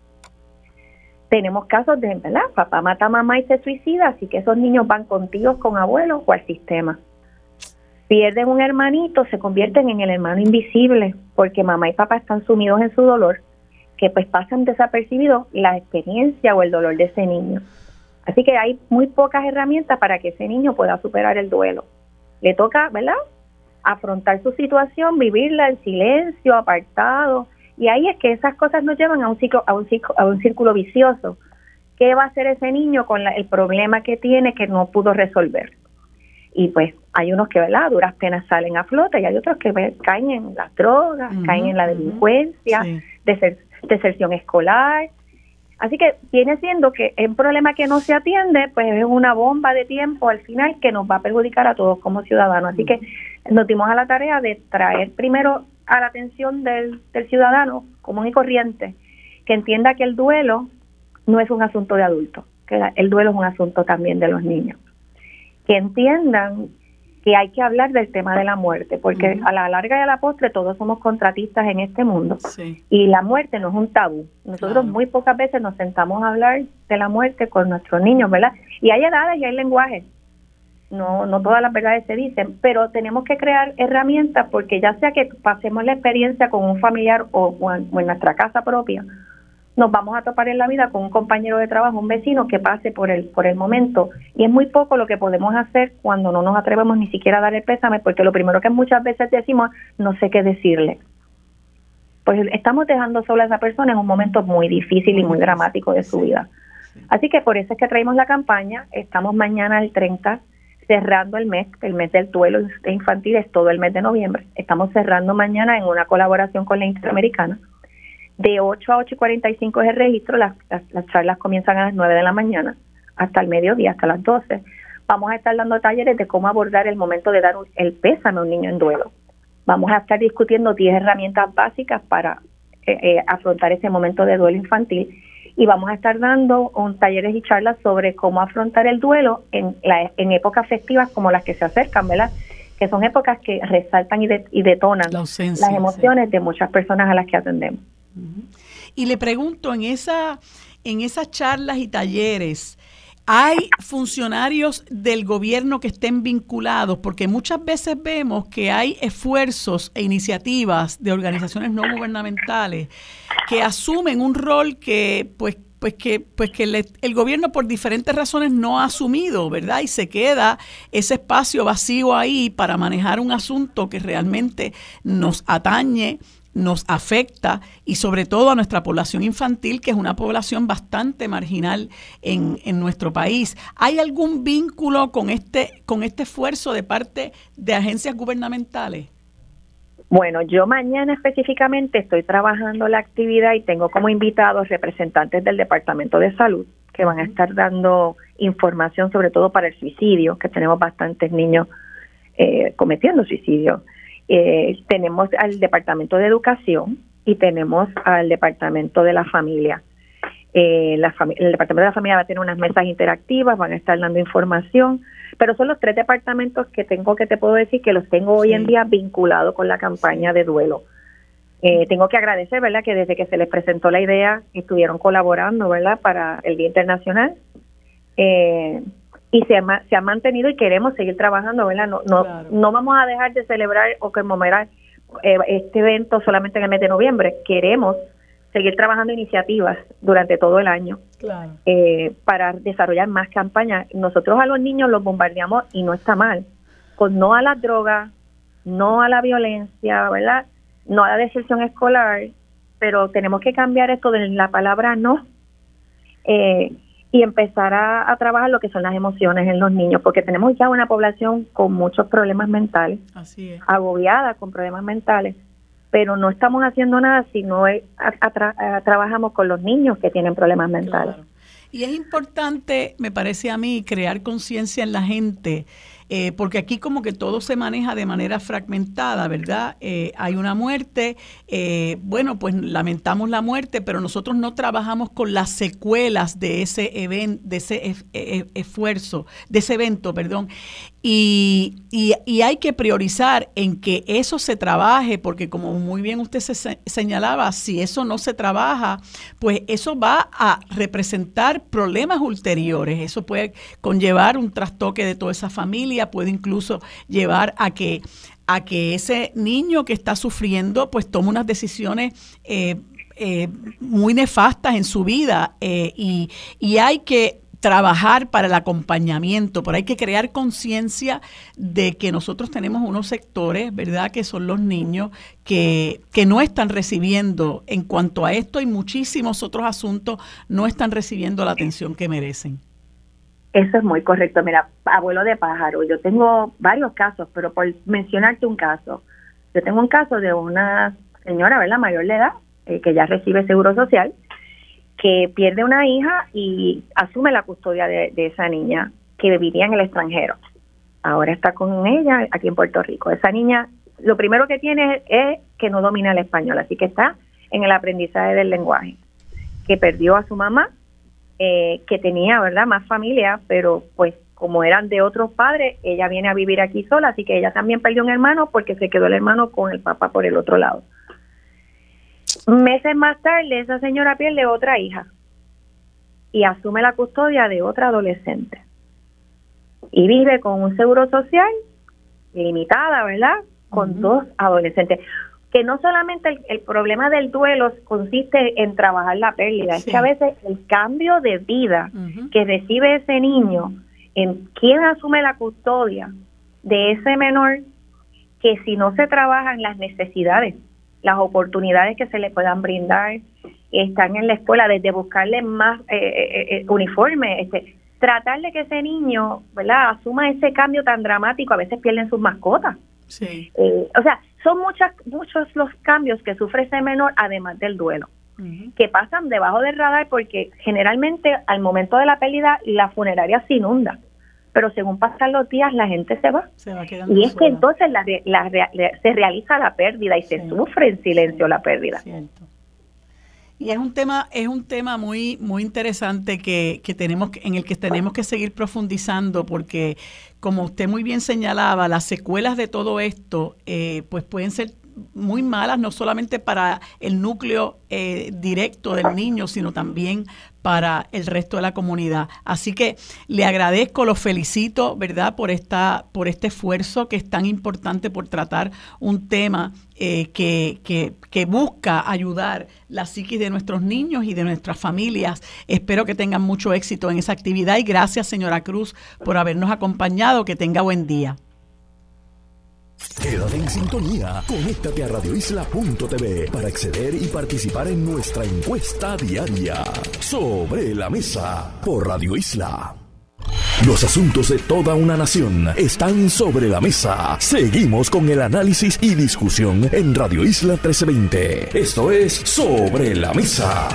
Speaker 7: Tenemos casos de, ¿verdad?, papá mata a mamá y se suicida, así que esos niños van con tíos, con abuelos o al sistema. Pierden un hermanito, se convierten en el hermano invisible, porque mamá y papá están sumidos en su dolor, que pues pasan desapercibidos la experiencia o el dolor de ese niño. Así que hay muy pocas herramientas para que ese niño pueda superar el duelo. Le toca, ¿verdad?, afrontar su situación, vivirla en silencio, apartado, y ahí es que esas cosas nos llevan a un círculo vicioso. ¿Qué va a hacer ese niño con el problema que tiene que no pudo resolver? Y pues hay unos que, ¿verdad?, a duras penas salen a flote, y hay otros que caen en las drogas, caen en la delincuencia, deserción escolar. Así que viene siendo que es un problema que no se atiende, pues es una bomba de tiempo al final que nos va a perjudicar a todos como ciudadanos. Así que nos dimos a la tarea de traer primero a la atención del ciudadano común y corriente, que entienda que el duelo no es un asunto de adultos, que el duelo es un asunto también de los niños. Que entiendan que hay que hablar del tema de la muerte, porque a la larga y a la postre todos somos contratistas en este mundo, y la muerte no es un tabú. Nosotros muy pocas veces nos sentamos a hablar de la muerte con nuestros niños, ¿verdad? Y hay edades y hay lenguajes, no todas las verdades se dicen, pero tenemos que crear herramientas, porque ya sea que pasemos la experiencia con un familiar o en nuestra casa propia, nos vamos a topar en la vida con un compañero de trabajo, un vecino que pase por el momento, y es muy poco lo que podemos hacer cuando no nos atrevemos ni siquiera a dar el pésame, porque lo primero que muchas veces decimos, no sé qué decirle. Pues estamos dejando sola a esa persona en un momento muy difícil y muy dramático de su vida. Así que por eso es que traemos la campaña. Estamos mañana el 30 cerrando el mes del duelo infantil, es todo el mes de noviembre. Estamos cerrando mañana en una colaboración con la Interamericana. De 8 a 8:45 es el registro, las charlas comienzan a las 9 de la mañana hasta el mediodía, hasta las 12. Vamos a estar dando talleres de cómo abordar el momento de dar el pésame a un niño en duelo. Vamos a estar discutiendo 10 herramientas básicas para afrontar ese momento de duelo infantil, y vamos a estar dando talleres y charlas sobre cómo afrontar el duelo en épocas festivas como las que se acercan, ¿verdad? Que son épocas que resaltan y detonan las emociones de muchas personas a las que atendemos.
Speaker 3: Y le pregunto, en esas charlas y talleres, ¿hay funcionarios del gobierno que estén vinculados? Porque muchas veces vemos que hay esfuerzos e iniciativas de organizaciones no gubernamentales que asumen un rol que el gobierno por diferentes razones no ha asumido, ¿verdad? Y se queda ese espacio vacío ahí para manejar un asunto que realmente nos atañe, nos afecta, y sobre todo a nuestra población infantil, que es una población bastante marginal en nuestro país. ¿Hay algún vínculo con este esfuerzo de parte de agencias gubernamentales?
Speaker 7: Bueno, yo mañana específicamente estoy trabajando la actividad y tengo como invitados representantes del Departamento de Salud que van a estar dando información sobre todo para el suicidio, que tenemos bastantes niños cometiendo suicidio. Tenemos al Departamento de Educación y tenemos al Departamento de la Familia. El Departamento de la Familia va a tener unas mesas interactivas, van a estar dando información, pero son los 3 departamentos que te puedo decir que los tengo hoy en día vinculados con la campaña de duelo. Tengo que agradecer, ¿verdad?, que desde que se les presentó la idea estuvieron colaborando, ¿verdad?, para el Día Internacional. Y se ha mantenido y queremos seguir trabajando, ¿verdad? No vamos a dejar de celebrar o conmemorar este evento solamente en el mes de noviembre. Queremos seguir trabajando iniciativas durante todo el año para desarrollar más campañas. Nosotros a los niños los bombardeamos, y no está mal, con no a las drogas, no a la violencia, ¿verdad? No a la deserción escolar, pero tenemos que cambiar esto de la palabra no. Y empezar a trabajar lo que son las emociones en los niños, porque tenemos ya una población con muchos problemas mentales, agobiada con problemas mentales, pero no estamos haciendo nada si no trabajamos con los niños que tienen problemas mentales.
Speaker 3: Claro. Y es importante, me parece a mí, crear conciencia en la gente, porque aquí como que todo se maneja de manera fragmentada, ¿verdad? Hay una muerte, bueno, pues lamentamos la muerte, pero nosotros no trabajamos con las secuelas de ese evento, de ese esfuerzo, de ese evento, perdón. Y hay que priorizar en que eso se trabaje, porque como muy bien usted señalaba, si eso no se trabaja, pues eso va a representar problemas ulteriores. Eso puede conllevar un trastoque de toda esa familia, puede incluso llevar a que ese niño que está sufriendo pues tome unas decisiones muy nefastas en su vida, y hay que trabajar para el acompañamiento, pero hay que crear conciencia de que nosotros tenemos unos sectores, ¿verdad?, que son los niños que no están recibiendo, en cuanto a esto y muchísimos otros asuntos, no están recibiendo la atención que merecen.
Speaker 7: Eso es muy correcto. Mira, abuelo de pájaro, yo tengo varios casos, pero por mencionarte un caso, yo tengo un caso de una señora, ¿verdad?, mayor de edad, que ya recibe seguro social, que pierde una hija y asume la custodia de esa niña que vivía en el extranjero. Ahora está con ella aquí en Puerto Rico. Esa niña, lo primero que tiene es que no domina el español, así que está en el aprendizaje del lenguaje. Que perdió a su mamá, que tenía, ¿verdad?, más familia, pero pues como eran de otros padres, ella viene a vivir aquí sola, así que ella también perdió un hermano porque se quedó el hermano con el papá por el otro lado. Meses más tarde, esa señora pierde otra hija y asume la custodia de otra adolescente. Y vive con un seguro social limitada, ¿verdad? Con dos adolescentes. Que no solamente el problema del duelo consiste en trabajar la pérdida, es que a veces el cambio de vida que recibe ese niño, en quién asume la custodia de ese menor, que si no se trabajan las necesidades, las oportunidades que se le puedan brindar, están en la escuela, desde buscarle más uniforme, tratar de que ese niño, ¿verdad?, asuma ese cambio tan dramático. A veces pierden sus mascotas. Sí. O sea, son muchos los cambios que sufre ese menor, además del duelo, que pasan debajo del radar, porque generalmente al momento de la pérdida la funeraria se inunda, pero según pasan los días la gente se va quedando y es sola. Que entonces se realiza la pérdida y se sufre en silencio la pérdida.
Speaker 3: Cierto. Y es un tema muy interesante que en el que tenemos que seguir profundizando, porque como usted muy bien señalaba, las secuelas de todo esto pues pueden ser muy malas, no solamente para el núcleo directo del niño, sino también para el resto de la comunidad. Así que le agradezco, lo felicito, ¿verdad?, por este esfuerzo que es tan importante por tratar un tema que busca ayudar la psiquis de nuestros niños y de nuestras familias. Espero que tengan mucho éxito en esa actividad y gracias, señora Cruz, por habernos acompañado. Que tenga buen día.
Speaker 1: Quédate en sintonía, conéctate a radioisla.tv para acceder y participar en nuestra encuesta diaria Sobre la Mesa por Radio Isla. Los asuntos de toda una nación están sobre la mesa. Seguimos con el análisis y discusión en Radio Isla 1320. Esto es Sobre la Mesa.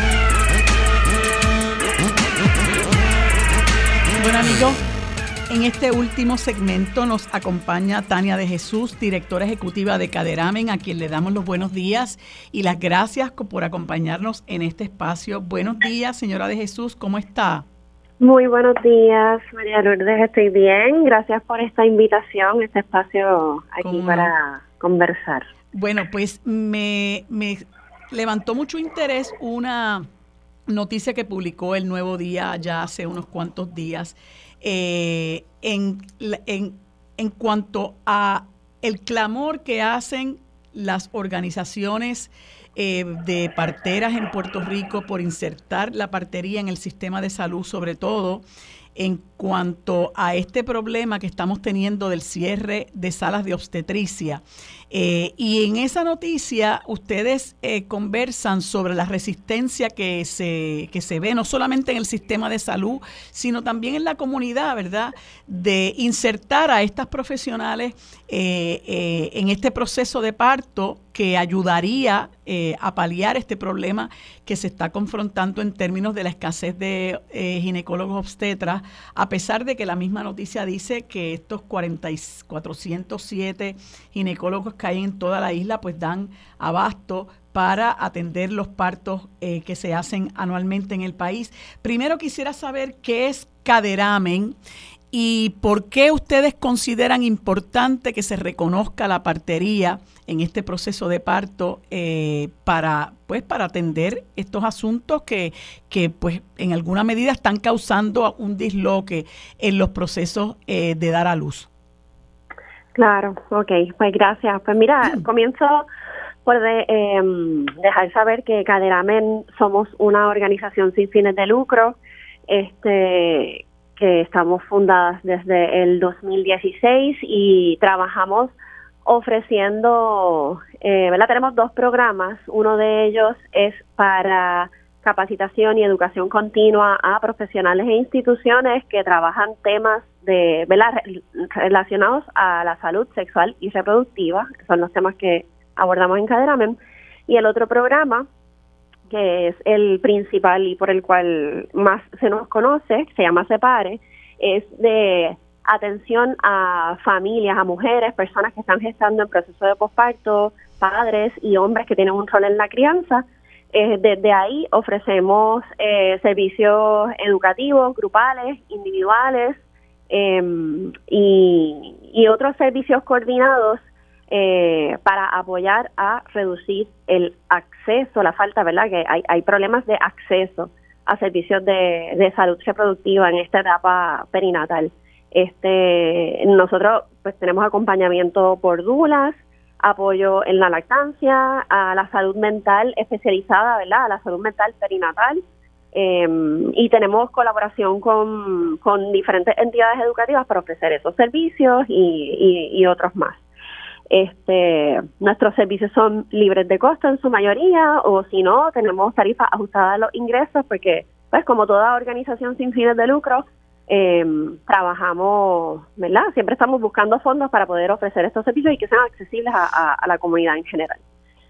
Speaker 3: Bueno, amigos, en este último segmento nos acompaña Tania de Jesús, directora ejecutiva de Caderamen, a quien le damos los buenos días y las gracias por acompañarnos en este espacio. Buenos días, señora de Jesús, ¿cómo está?
Speaker 8: Muy buenos días, María Lourdes, estoy bien. Gracias por esta invitación, este espacio aquí para conversar.
Speaker 3: Bueno, pues me levantó mucho interés una noticia que publicó El Nuevo Día ya hace unos cuantos días en cuanto a el clamor que hacen las organizaciones de parteras en Puerto Rico por insertar la partería en el sistema de salud, sobre todo en cuanto a este problema que estamos teniendo del cierre de salas de obstetricia. Y en esa noticia ustedes conversan sobre la resistencia que se ve no solamente en el sistema de salud, sino también en la comunidad, ¿verdad?, de insertar a estas profesionales en este proceso de parto que ayudaría a paliar este problema que se está confrontando en términos de la escasez de ginecólogos obstetras, a pesar de que la misma noticia dice que estos 407 ginecólogos que hay en toda la isla pues dan abasto para atender los partos que se hacen anualmente en el país. Primero quisiera saber qué es Caderamen y por qué ustedes consideran importante que se reconozca la partería en este proceso de parto para atender estos asuntos que pues en alguna medida están causando un disloque en los procesos de dar a luz.
Speaker 8: Claro, ok, pues gracias. Pues mira, comienzo por dejar saber que Caderamen somos una organización sin fines de lucro, que estamos fundadas desde el 2016 y trabajamos ofreciendo, ¿verdad? Tenemos dos programas. Uno de ellos es para capacitación y educación continua a profesionales e instituciones que trabajan temas de, ¿verdad?, relacionados a la salud sexual y reproductiva. Son los temas que abordamos en Caderamen. Y el otro programa, que es el principal y por el cual más se nos conoce, se llama Separe, es de atención a familias, a mujeres, personas que están gestando en proceso de posparto, padres y hombres que tienen un rol en la crianza. Desde ahí ofrecemos servicios educativos, grupales, individuales, y otros servicios coordinados para apoyar a reducir el acceso, la falta, ¿verdad? Que hay problemas de acceso a servicios de salud reproductiva en esta etapa perinatal. Nosotros pues tenemos acompañamiento por doulas, apoyo en la lactancia, a la salud mental especializada, ¿verdad? A la salud mental perinatal, y tenemos colaboración con diferentes entidades educativas para ofrecer esos servicios y otros más. Nuestros servicios son libres de costo en su mayoría, o si no, tenemos tarifas ajustadas a los ingresos, porque pues como toda organización sin fines de lucro, trabajamos, ¿verdad? Siempre estamos buscando fondos para poder ofrecer estos servicios y que sean accesibles a la comunidad en general.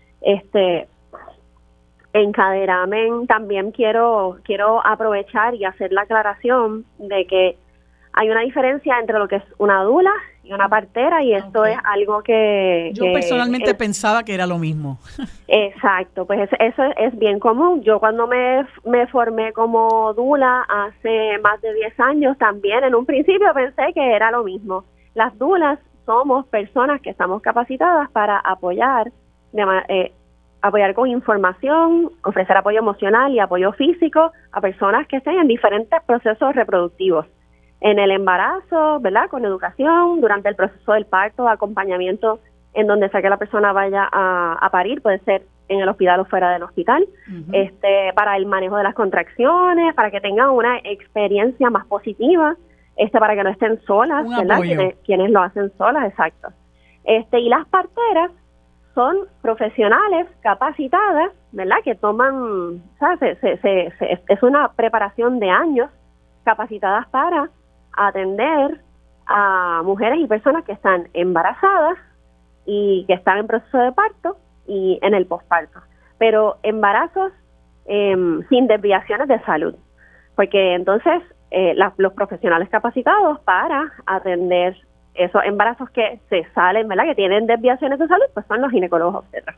Speaker 8: En Caderamen también quiero aprovechar y hacer la aclaración de que hay una diferencia entre lo que es una dula y una partera, y esto es algo que...
Speaker 3: Yo personalmente pensaba que era lo mismo.
Speaker 8: Exacto, pues eso es bien común. Yo cuando me formé como dula hace más de 10 años, también en un principio pensé que era lo mismo. Las dulas somos personas que estamos capacitadas para apoyar con información, ofrecer apoyo emocional y apoyo físico a personas que estén en diferentes procesos reproductivos. En el embarazo, ¿verdad? Con educación, durante el proceso del parto, acompañamiento en donde sea que la persona vaya a parir, puede ser en el hospital o fuera del hospital, para el manejo de las contracciones, para que tengan una experiencia más positiva, para que no estén solas, ¿verdad? Quienes lo hacen solas, exacto. Y las parteras son profesionales capacitadas, ¿verdad? Que toman, ¿sabes? Es una preparación de años capacitadas para atender a mujeres y personas que están embarazadas y que están en proceso de parto y en el posparto, pero embarazos sin desviaciones de salud, porque entonces los profesionales capacitados para atender esos embarazos que se salen, ¿verdad? Que tienen desviaciones de salud, pues son los ginecólogos obstetras.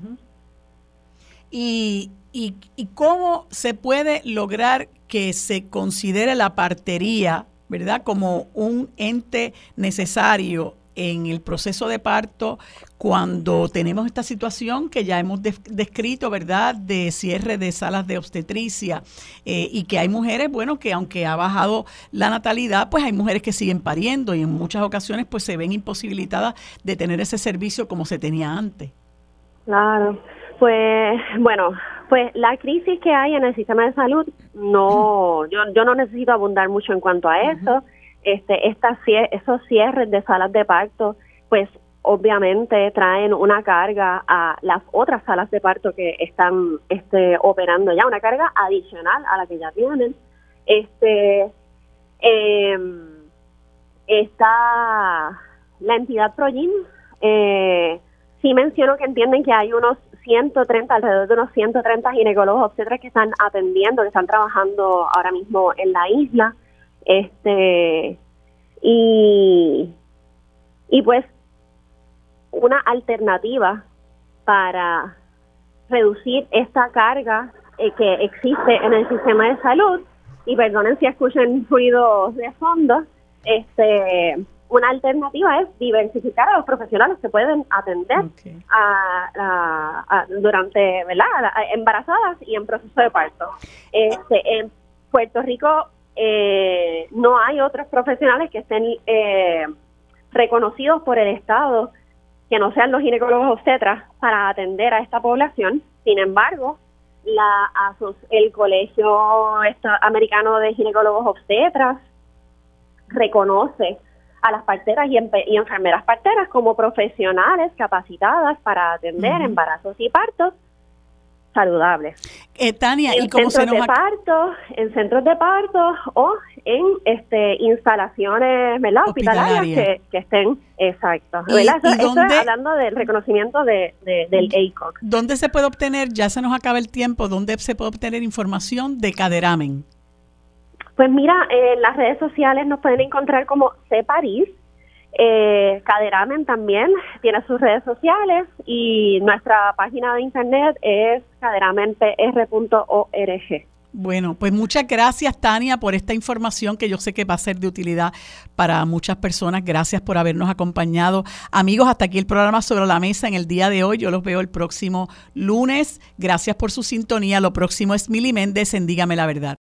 Speaker 3: ¿Y cómo se puede lograr que se considere la partería, ¿verdad?, como un ente necesario en el proceso de parto cuando tenemos esta situación que ya hemos descrito, ¿verdad?, de cierre de salas de obstetricia, y que hay mujeres, bueno, que aunque ha bajado la natalidad, pues hay mujeres que siguen pariendo y en muchas ocasiones pues se ven imposibilitadas de tener ese servicio como se tenía antes.
Speaker 8: Claro, pues bueno, pues la crisis que hay en el sistema de salud, yo no necesito abundar mucho en cuanto a eso. Esos cierres de salas de parto, pues obviamente traen una carga a las otras salas de parto que están operando ya, una carga adicional a la que ya tienen. La entidad PROGYN sí menciono que entienden que hay alrededor de unos 130 ginecólogos obstetras que están atendiendo, que están trabajando ahora mismo en la isla. Y pues una alternativa para reducir esta carga que existe en el sistema de salud, y perdonen si escuchan ruidos de fondo, una alternativa es diversificar a los profesionales que pueden atender durante, ¿verdad?, embarazadas y en proceso de parto. En Puerto Rico no hay otros profesionales que estén reconocidos por el Estado que no sean los ginecólogos obstetras para atender a esta población. Sin embargo, el Colegio Americano de Ginecólogos Obstetras reconoce a las parteras y enfermeras parteras como profesionales capacitadas para atender embarazos y partos saludables.
Speaker 3: Tania,
Speaker 8: ¿y cómo en centros de parto o en instalaciones, ¿verdad?, hospitalarias que estén, exacto, ¿verdad? Eso es hablando del reconocimiento del ACOG.
Speaker 3: ¿Dónde se puede obtener, ya se nos acaba el tiempo, dónde se puede obtener información de Caderamen?
Speaker 8: Pues mira, en las redes sociales nos pueden encontrar como CEPARIS. Caderamen también tiene sus redes sociales y nuestra página de internet es caderamenpr.org.
Speaker 3: Bueno, pues muchas gracias, Tania, por esta información que yo sé que va a ser de utilidad para muchas personas. Gracias por habernos acompañado. Amigos, hasta aquí el programa Sobre la Mesa en el día de hoy. Yo los veo el próximo lunes. Gracias por su sintonía. Lo próximo es Mili Méndez en Dígame la Verdad.